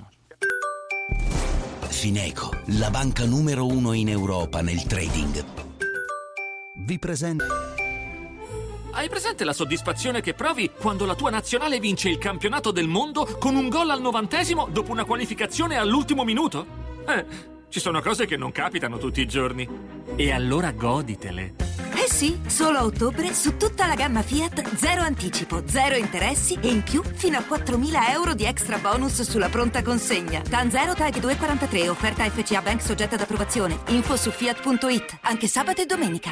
Fineco, la banca numero 1 in Europa nel trading, vi presenta.
Hai presente la soddisfazione che provi quando la tua nazionale vince il campionato del mondo con un gol al 90° dopo una qualificazione all'ultimo minuto? Ci sono cose che non capitano tutti i giorni. E allora goditele.
Sì, solo a ottobre su tutta la gamma Fiat, 0 anticipo, 0 interessi e in più fino a 4.000 euro di extra bonus sulla pronta consegna. TAN 0 TAG 243, offerta FCA Bank soggetta ad approvazione. Info su Fiat.it, anche sabato e domenica.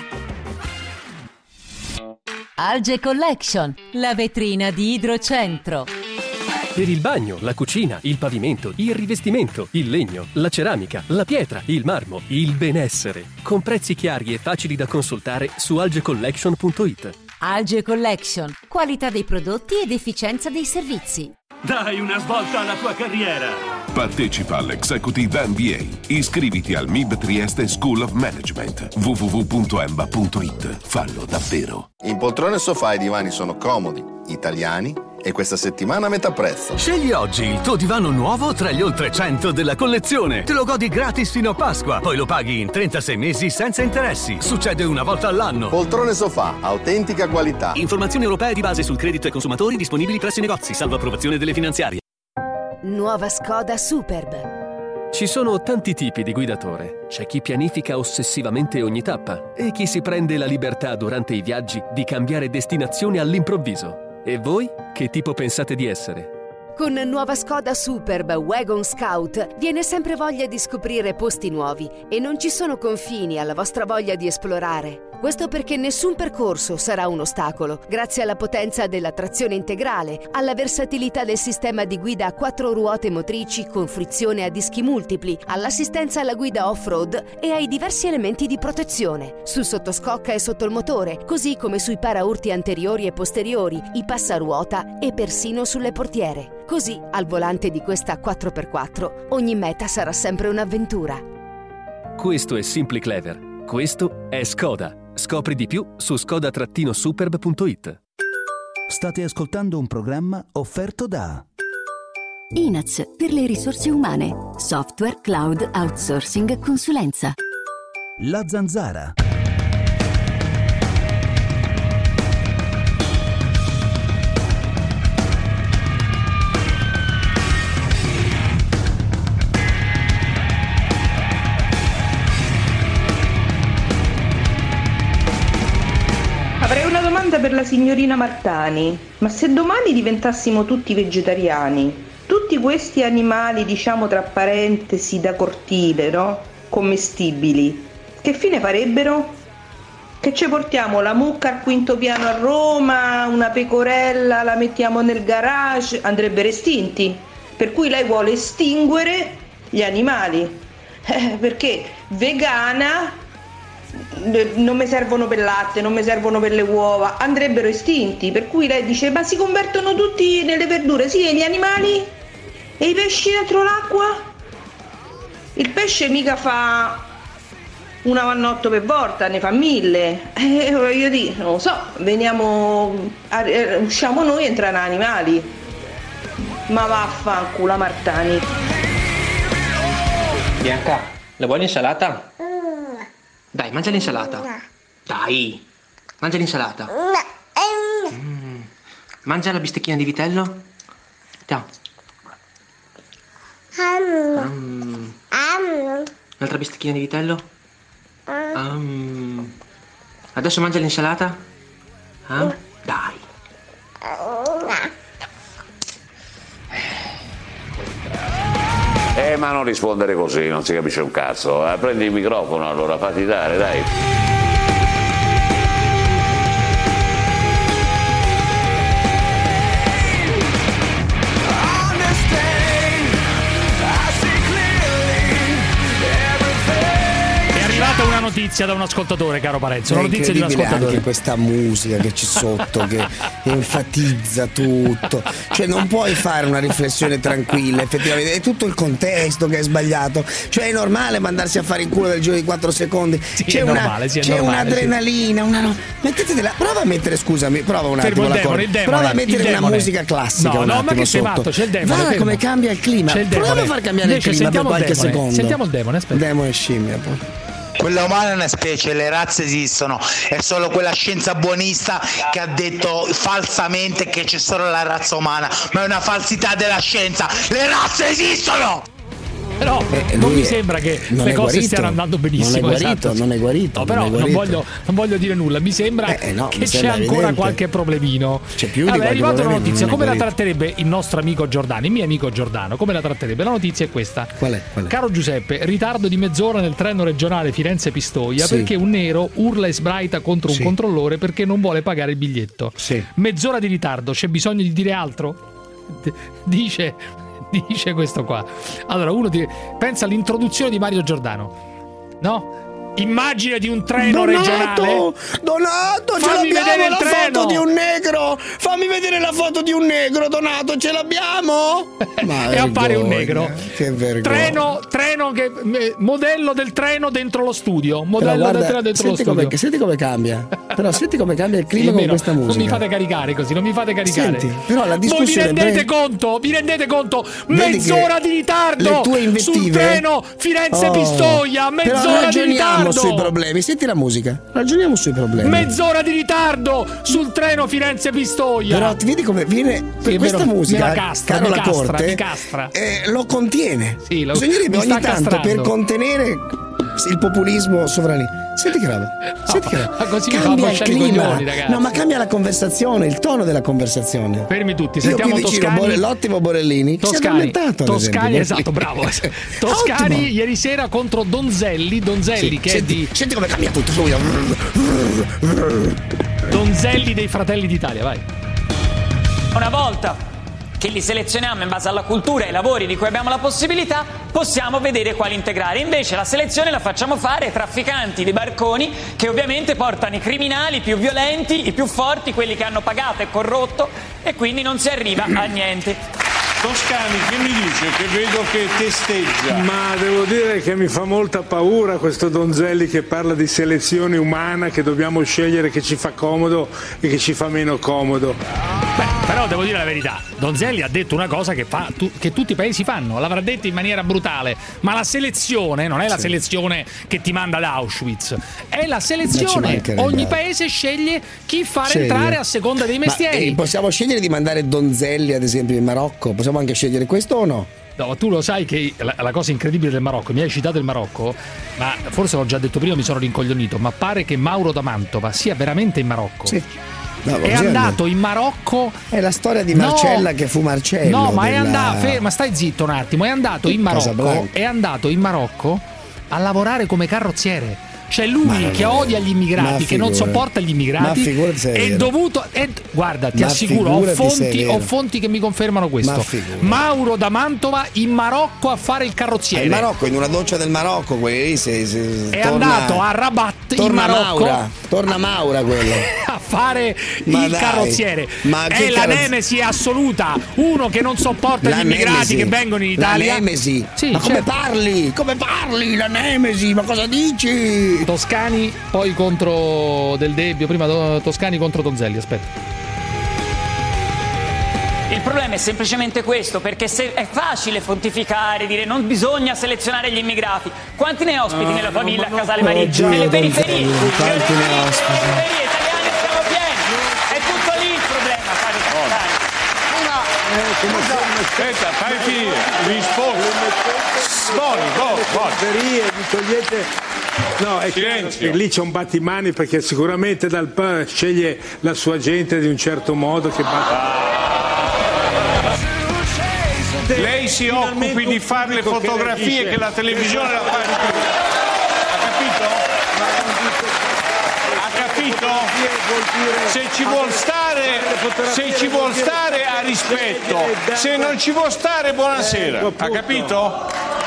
Alge Collection, la vetrina di Idrocentro.
Per il bagno, la cucina, il pavimento, il rivestimento, il legno, la ceramica, la pietra, il marmo, il benessere. Con prezzi chiari e facili da consultare su algecollection.it.
Alge Collection, qualità dei prodotti ed efficienza dei servizi.
Dai una svolta alla tua carriera!
Partecipa all'Executive MBA. Iscriviti al MIB Trieste School of Management. www.emba.it. Fallo davvero.
In poltrone, sofà e divani sono comodi, italiani
e questa settimana a metà prezzo.
Scegli oggi il tuo divano nuovo tra gli oltre 100 della collezione. Te lo godi gratis fino a Pasqua, poi lo paghi in 36 mesi senza interessi. Succede una volta all'anno.
Poltrone sofà, autentica qualità.
Informazioni europee di base sul credito ai consumatori disponibili presso i negozi, salvo approvazione delle finanziarie.
Nuova Skoda Superb.
Ci sono tanti tipi di guidatore. C'è chi pianifica ossessivamente ogni tappa e chi si prende la libertà durante i viaggi di cambiare destinazione all'improvviso. E voi che tipo pensate di essere?
Con nuova Skoda Superb Wagon Scout viene sempre voglia di scoprire posti nuovi e non ci sono confini alla vostra voglia di esplorare. Questo perché nessun percorso sarà un ostacolo, grazie alla potenza della trazione integrale, alla versatilità del sistema di guida a 4 ruote motrici con frizione a dischi multipli, all'assistenza alla guida off-road e ai diversi elementi di protezione, sul sottoscocca e sotto il motore, così come sui paraurti anteriori e posteriori, i passaruota e persino sulle portiere. Così, al volante di questa 4x4, ogni meta sarà sempre un'avventura.
Questo è Simply Clever. Questo è Skoda. Scopri di più su skoda-superb.it.
State ascoltando un programma offerto da
INAZ per le risorse umane. Software, cloud, outsourcing, consulenza.
La Zanzara.
Avrei una domanda per la signorina Martani. Ma se domani diventassimo tutti vegetariani, tutti questi animali, diciamo tra parentesi, da cortile, no? Commestibili, che fine farebbero? Che ci portiamo la mucca al quinto piano a Roma, una pecorella la mettiamo nel garage, andrebbero estinti. Per cui lei vuole estinguere gli animali. Perché vegana... non mi servono per il latte, non mi servono per le uova, andrebbero estinti, per cui lei dice ma si convertono tutti nelle verdure, sì, e gli animali? E i pesci dentro l'acqua? Il pesce mica fa una vannotto per volta, ne fa 1000, voglio dire, non lo so, usciamo noi e entrano animali, ma vaffanculo Martani.
Bianca, la vuoi l'insalata? Dai, mangia l'insalata. Dai, mangia l'insalata. Mangia la bistecchina di vitello. Ciao. Un'altra bistecchina di vitello. Adesso mangia l'insalata. Dai.
Ma non rispondere così, non si capisce un cazzo. Prendi il microfono allora, fatti dare, dai.
Una notizia da un ascoltatore, caro Parenzo, una notizia di un ascoltatore.
Anche questa musica che c'è sotto che enfatizza tutto, cioè non puoi fare una riflessione tranquilla, effettivamente è tutto il contesto che è sbagliato, cioè è normale mandarsi a fare in culo del giro di 4 secondi, sì, c'è un'adrenalina, prova a mettere, scusami, prova un attimo prova a mettere una musica classica,
no, ma che sei matto, c'è il demone,
guarda come cambia il clima, prova a far cambiare il clima per qualche secondo.
Sentiamo il demone, aspetta.
Demone scimmia poi.
Quella umana è una specie, le razze esistono, è solo quella scienza buonista che ha detto falsamente che c'è solo la razza umana, ma è una falsità della scienza, le razze esistono!
Però non mi sembra che le cose stiano andando benissimo.
Non è guarito.
No, però non voglio dire nulla. Mi sembra che c'è ancora qualche problemino.
C'è più di
è arrivata una notizia. Come la tratterebbe il nostro amico Giordano, il mio amico Giordano? Come la tratterebbe? La notizia è questa.
Qual è?
Caro Giuseppe, ritardo di mezz'ora nel treno regionale Firenze-Pistoia perché un nero urla e sbraita contro un controllore perché non vuole pagare il biglietto. Mezz'ora di ritardo, c'è bisogno di dire altro? Dice questo qua. Allora uno pensa all'introduzione di Mario Giordano, no? Immagine di un treno regionale.
Donato, ce l'abbiamo la foto di un negro. Fammi vedere la foto di un negro, Donato, ce l'abbiamo?
E appare un negro.
Che vergogna.
Treno modello del treno dentro lo studio. Modello del treno dentro lo studio.
Senti come cambia. Però senti come cambia il clima con questa musica.
Non mi fate caricare così, non mi fate caricare.
Senti, però la discussione.
Voi vi rendete conto? Mezz'ora di ritardo
le tue invettive,
sul treno Firenze-Pistoia. Mezz'ora di ritardo
sui problemi. Senti la musica. Ragioniamo sui problemi.
Mezz'ora di ritardo sul treno Firenze-Pistoia.
Però ti vedi come viene questa musica, caro la Corte, lo contiene.
Sì,
bisognerebbe ogni tanto per contenere il populismo sovranista. Senti che roba.
Ma così
cambia il clima.
Coglioni, ragazzi.
No, ma cambia la conversazione, il tono della conversazione.
Fermi tutti, sentiamo Toscani.
L'ottimo Borellini.
Toscani, esatto, bravo. Toscani ieri sera contro Donzelli,
senti come cambia tutto.
Donzelli dei Fratelli d'Italia, vai.
Una volta che li selezioniamo in base alla cultura e ai lavori di cui abbiamo la possibilità, possiamo vedere quali integrare. Invece la selezione la facciamo fare ai trafficanti di barconi, che ovviamente portano i criminali più violenti, i più forti, quelli che hanno pagato e corrotto, e quindi non si arriva a niente.
Toscani, che mi dice? Che vedo che testeggia.
Ma devo dire che mi fa molta paura questo Donzelli che parla di selezione umana, che dobbiamo scegliere che ci fa comodo e che ci fa meno comodo.
Beh, però devo dire la verità, Donzelli ha detto una cosa che tutti i paesi fanno, l'avrà detto in maniera brutale, ma la selezione non è la selezione che ti manda ad Auschwitz, è la selezione, ogni paese sceglie chi far entrare a seconda dei mestieri.
Ma, possiamo scegliere di mandare Donzelli ad esempio in Marocco? Possiamo anche scegliere questo o no?
No, tu lo sai che la cosa incredibile del Marocco, mi hai citato il Marocco, ma forse l'ho già detto prima, mi sono rincoglionito, ma pare che Mauro da Mantova sia veramente in Marocco.
Sì. No,
è andato in Marocco.
È la storia di Marcella che fu Marcello.
No, ma è andato. Ma stai zitto un attimo. È andato in Marocco a lavorare come carrozziere. Cioè lui che odia gli immigrati, che non sopporta gli immigrati, è dovuto. Guarda, ti assicuro, ho fonti che mi confermano questo. Mauro da Mantova in Marocco a fare il carrozziere.
In Marocco, in una doccia del Marocco,
è andato a Rabat in Marocco.
Torna Maura quello.
A fare il carrozziere. È la nemesi assoluta. Uno che non sopporta gli immigrati che vengono in Italia.
La nemesi.
Sì,
ma come parli? Come parli? La nemesi? Ma cosa dici?
Toscani poi contro Del Debbio, prima Toscani contro Donzelli, aspetta.
Il problema è semplicemente questo, perché se è facile fontificare, dire non bisogna selezionare gli immigrati. Quanti ne ospiti nella famiglia a Casale Marino? Nelle periferie.
Quanti ne ospiti?
Nelle periferie italiane siamo pieni. È tutto lì il problema, fare
Aspetta, fai finire, rispondi.
Mi togliete. No, è che lì c'è un battimani perché sicuramente sceglie la sua gente di un certo modo che
Lei si occupi di fare le fotografie che la televisione la fa di più. Ha capito? Se ci vuol stare a rispetto, se non ci vuol stare buonasera. Ha capito?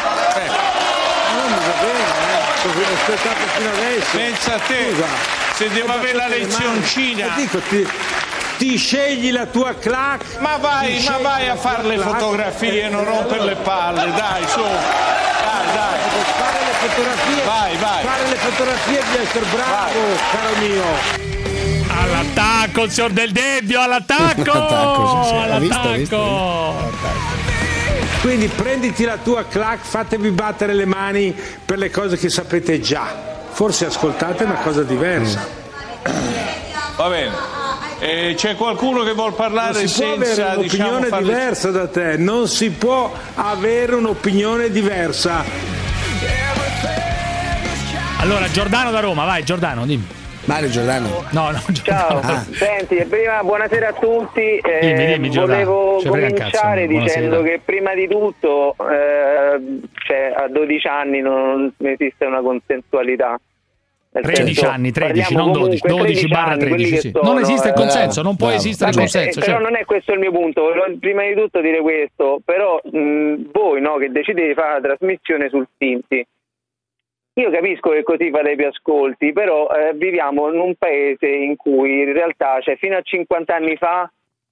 Pensa a te, se devo avere la lezioncina.
Ti scegli la tua clac.
Ma vai a fare le fotografie, non rompere le palle, dai, su. Dai.
Fare le fotografie.
Vai.
Fare le fotografie di essere bravo, caro mio.
All'attacco, il signor Del Debbio, all'attacco.
Quindi prenditi la tua clac, fatevi battere le mani per le cose che sapete già. Forse ascoltate una cosa diversa.
Va bene. C'è qualcuno che vuol parlare
non si può avere un'opinione diversa da te, non si può avere un'opinione diversa.
Allora Giordano da Roma, vai Giordano, dimmi.
Mario Giordano.
No, Giordano.
Ciao, senti, prima buonasera a tutti.
Dimmi,
volevo cominciare dicendo che prima di tutto a 12 anni non esiste una consensualità.
13 anni, non 12, 12/13, sì. Non esiste il consenso, non può esistere il consenso.
Però non è questo il mio punto, volevo prima di tutto dire questo, però voi che decidete di fare la trasmissione sul Sinti, io capisco che così fate più ascolti, però viviamo in un paese in cui in realtà, fino a 50 anni fa,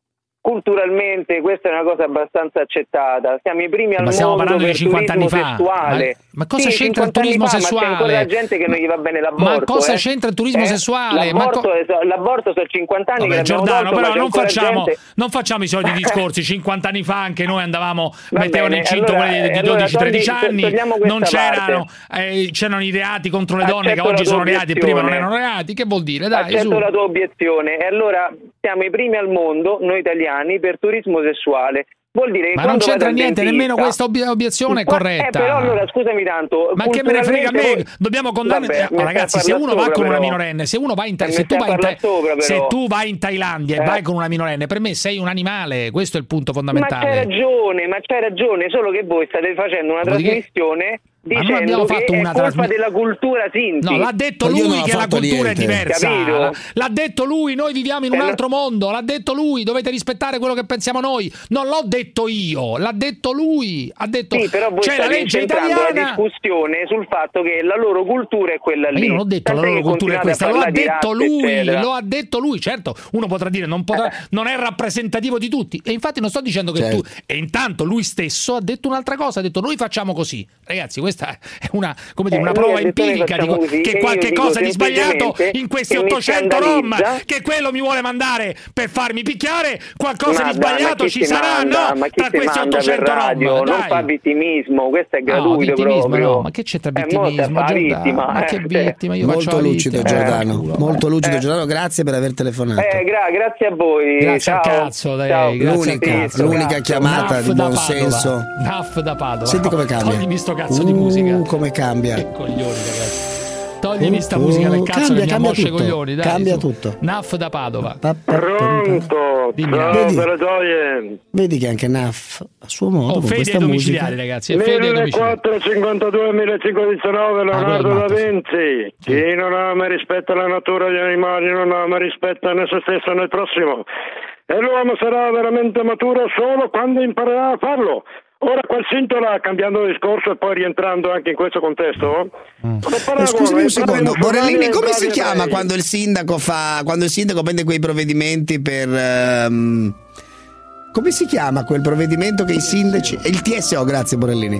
culturalmente questa è una cosa abbastanza accettata. Siamo i primi al
stiamo
mondo
parlando
per
di 50 anni
turismo
fa.
sessuale.
Ma cosa
Sì,
c'entra il
50 anni
turismo
fa,
sessuale?
Ma c'è ancora gente che non gli va bene l'aborto.
Ma cosa c'entra il turismo sessuale?
L'aborto sono 50 anni.
Vabbè,
che
Giordano,
tolto,
però
gente...
non facciamo i soliti discorsi. 50 anni fa anche noi andavamo, mettevano incinto
allora,
quelli di 12-13 anni, non c'erano i reati contro le donne, che oggi sono reati e prima non erano reati. Che vuol dire? Dai,
accetto la tua obiezione. E allora siamo i primi al mondo, noi italiani, per turismo sessuale. Vuol dire che
ma non c'entra niente, nemmeno questa obiezione è corretta.
Però allora scusami tanto.
Ma che me ne frega a me? Dobbiamo condannare. Ragazzi, se uno va con una minorenne, se uno va in se tu vai in Thailandia e vai con una minorenne, per me sei un animale, questo è il punto fondamentale.
Ma c'hai ragione, solo che voi state facendo una trasmissione dicendo che è colpa della cultura Sinti.
No, l'ha detto lui che la cultura è diversa.
Capito?
L'ha detto lui, noi viviamo in un altro mondo, l'ha detto lui, dovete rispettare quello che pensiamo noi. Non l'ho detto io, l'ha detto lui. Ha detto
sì, però voi
c'è la legge italiana.
La discussione sul fatto che la loro cultura è quella lì.
Ma io non ho detto la loro cultura è questa, lo ha detto lui, certo, uno potrà dire non è rappresentativo di tutti. E infatti non sto dicendo che tu. E intanto lui stesso ha detto un'altra cosa, ha detto noi facciamo così. Ragazzi, questa è una prova empirica che qualche cosa di sbagliato in questi 800 rom che quello mi vuole mandare per farmi picchiare, qualcosa di sbagliato ci sarà, no? Tra questi 800 rom,
non fa vittimismo, questo è gratuito proprio.
No, ma che c'entra vittimismo?
Vittima,
ma che vittima? Io
molto lucido Giordano, molto lucido Giordano, grazie per aver telefonato.
Grazie a voi.
Grazie al cazzo, dai,
l'unica chiamata di buon senso.
Naf da Padova.
Senti come cambia.
Toglimi sto cazzo di musica.
Come cambia.
Che coglioni, ragazzi. Toglimi sta musica del cazzo che mi ammoscia i coglioni, dai.
Cambia tutto.
Naf da Padova.
Pronto.
Vedi che anche Naf a suo modo con
fede
questa
domiciliari,
musica.
ragazzi. 1452
1519 Leonardo da Vinci. Chi non ama e rispetta la natura degli animali non ama e rispetta né se stesso né il prossimo. E l'uomo sarà veramente maturo solo quando imparerà a farlo. Ora quel sintola, cambiando discorso e poi rientrando anche in questo contesto,
scusami un secondo, Borellini, come si chiama quando il sindaco prende quei provvedimenti per come si chiama quel provvedimento che i sindaci, il TSO, grazie Borellini.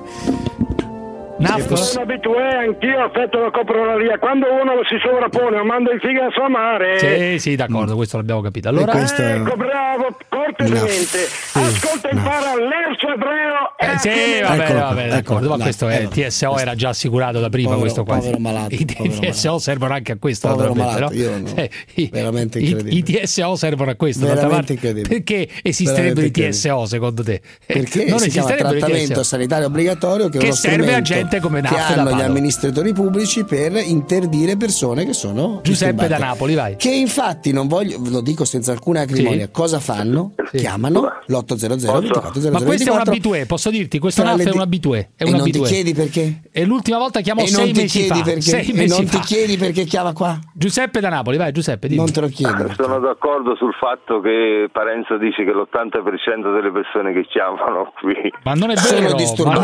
Sono abitué, anch'io affetto la coprolaria. Quando uno si sovrappone o manda il figo a sua mare.
Sì, d'accordo, questo l'abbiamo capito. Allora,
ecco, bravo, cortesemente. Ascolta, impara l'erzo ebreo.
Sì, vabbè, d'accordo. Ma questo è il TSO era già assicurato da prima, questo qua. I TSO servono anche a questo, naturalmente, no?
Veramente incredibile.
I TSO servono a questo, perché esisterebbero i TSO secondo te?
Perché non si chiama trattamento sanitario obbligatorio che
serve a gente come
che hanno gli amministratori pubblici per interdire persone che sono
Giuseppe da Napoli, vai.
Che infatti non voglio, lo dico senza alcuna acrimonia, cosa fanno? Chiamano l'800
ma questo è un abitué, posso dirti, questo è un abitué.
E non ti chiedi perché?
E l'ultima volta chiamò 6 mesi fa.
E non ti chiedi perché chiama qua?
Giuseppe da Napoli, vai Giuseppe, dimmi.
Non te lo chiedo.
Sono d'accordo sul fatto che Parenzo dice che l'80% delle persone che chiamano qui
ma non è vero,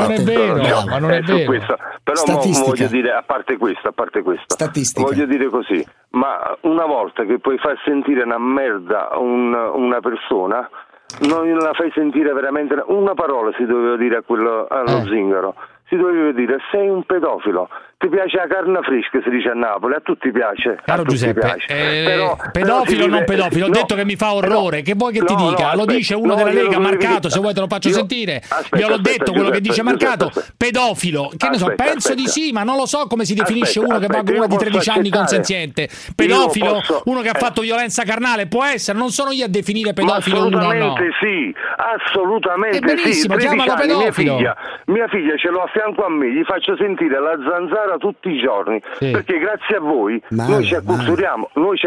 ma non è vero.
Però voglio dire, a parte questo,
statistica.
Voglio dire così, ma una volta che puoi far sentire una merda una persona, non la fai sentire veramente. Una parola si doveva dire allo zingaro, si doveva dire sei un pedofilo. Ti piace la carne fresca, si dice a Napoli, a tutti piace.
Caro Giuseppe, però, pedofilo o non pedofilo? Ho detto che mi fa orrore, che vuoi che ti dica? Lo dice uno della Lega, Marcato, se vuoi te lo faccio sentire. Gliel'ho detto quello che dice Marcato, pedofilo, che ne so, penso di sì, ma non lo so come si definisce uno che va con uno di 13 anni consenziente. Pedofilo, uno che ha fatto violenza carnale, può essere, non sono io a definire pedofilo uno o no.
Assolutamente
benissimo,
sì.
chiamalo pedofilo.
Mia figlia ce l'ho a fianco a me, gli faccio sentire la zanzara tutti i giorni, perché grazie a voi noi ci acculturiamo.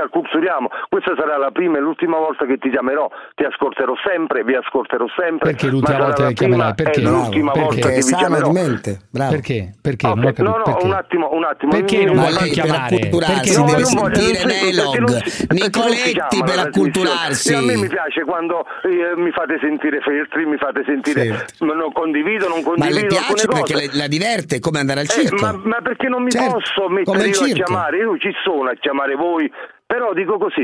Questa sarà la prima e l'ultima volta che ti chiamerò, ti ascolterò sempre, vi ascolterò sempre.
Perché l'ultima volta che chiamerai? Perché?
L'ultima volta che vi chiamerò.
Perché?
Okay.
Non ho capito.
No, un attimo.
Perché non vuoi più chiamare?
Perché deve sentire Nelog, Nicoletti per acculturarsi.
A me mi piace quando mi fate sentire Feltri, mi fate sentire non condivido.
Ma le piace perché la diverte, come andare al circo.
Ma perché non mi posso mettere io a chiamare? Io ci sono a chiamare voi, però dico così,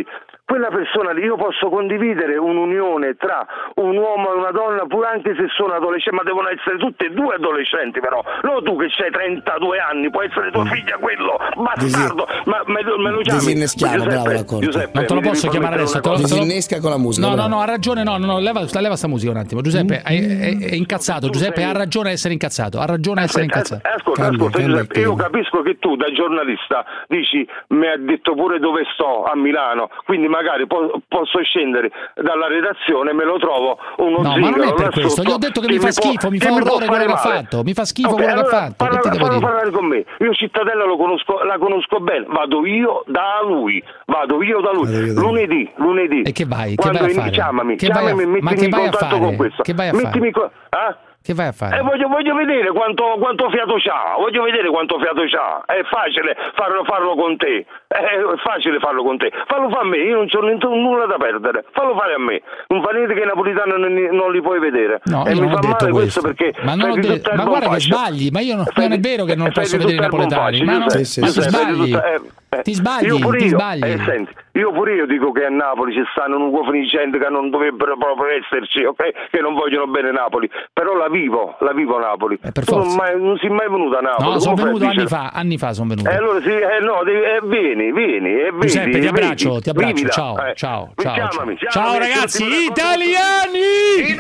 quella persona lì, io posso condividere un'unione tra un uomo e una donna pure anche se sono adolescenti, ma devono essere tutte e due adolescenti, però non tu che c'hai 32 anni, può essere tua figlia quello, bastardo. Ma me lo chiami?
Disinneschiamo, bravo la corte.
Giuseppe,
non te lo posso chiamare adesso.
Disinnesca con la musica.
No, ha ragione. No, leva sta musica un attimo. Giuseppe è incazzato. Giusse ha ragione a essere incazzato. Ascolta,
Giuseppe, io capisco che tu da giornalista dici mi ha detto pure dove sto a Milano, quindi magari posso scendere dalla redazione, me lo trovo uno zingaro.
Ma non è per questo, gli ho detto che mi fa schifo, mi fa orrore quello che ha fatto. Mi fa schifo quello che ha fatto.
Fallo parlare con me. Io Cittadella la conosco bene, vado io da lui. Lunedì.
E che vai?
Quando
che vai a fare?
Chiamami e mettimi in contatto con questo.
Che vai a fare? Che vai a fare?
Voglio vedere quanto fiato c'ha. È facile farlo con te. Fallo fare a me, io non c'ho nulla da perdere. Fallo fare a me. Non fa niente che i napolitani non li puoi vedere.
No,
e mi fa male questo perché.
Ma guarda che sbagli, ma io non è vero che non posso vedere i napoletani. Ma ti sbagli. Ti sbagli.
Senti, io pure io dico che a Napoli ci stanno un uovo di gente che non dovrebbero proprio esserci, ok? Che non vogliono bene Napoli, però la vivo Napoli. Tu non sei mai venuto a Napoli.
No, sono venuto anni fa sono venuto.
Allora sì, vieni.
Giuseppe, ti abbraccio. Ciao. Ciao ragazzi, italiani!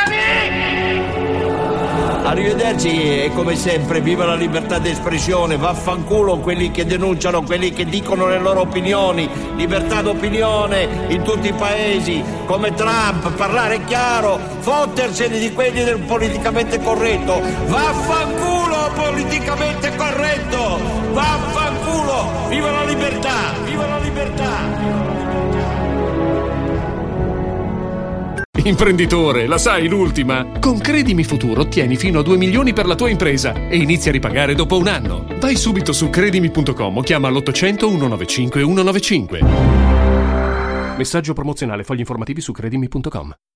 Arrivederci e come sempre viva la libertà di espressione, vaffanculo quelli che denunciano, quelli che dicono le loro opinioni, libertà d'opinione in tutti i paesi, come Trump, parlare chiaro, fottersene di quelli del politicamente corretto, vaffanculo politicamente corretto, vaffanculo, viva la libertà, viva la libertà.
Imprenditore, la sai l'ultima? Con Credimi Futuro ottieni fino a 2 milioni per la tua impresa e inizi a ripagare dopo un anno. Vai subito su credimi.com o chiama l'800 195 195. Messaggio promozionale, fogli informativi su credimi.com.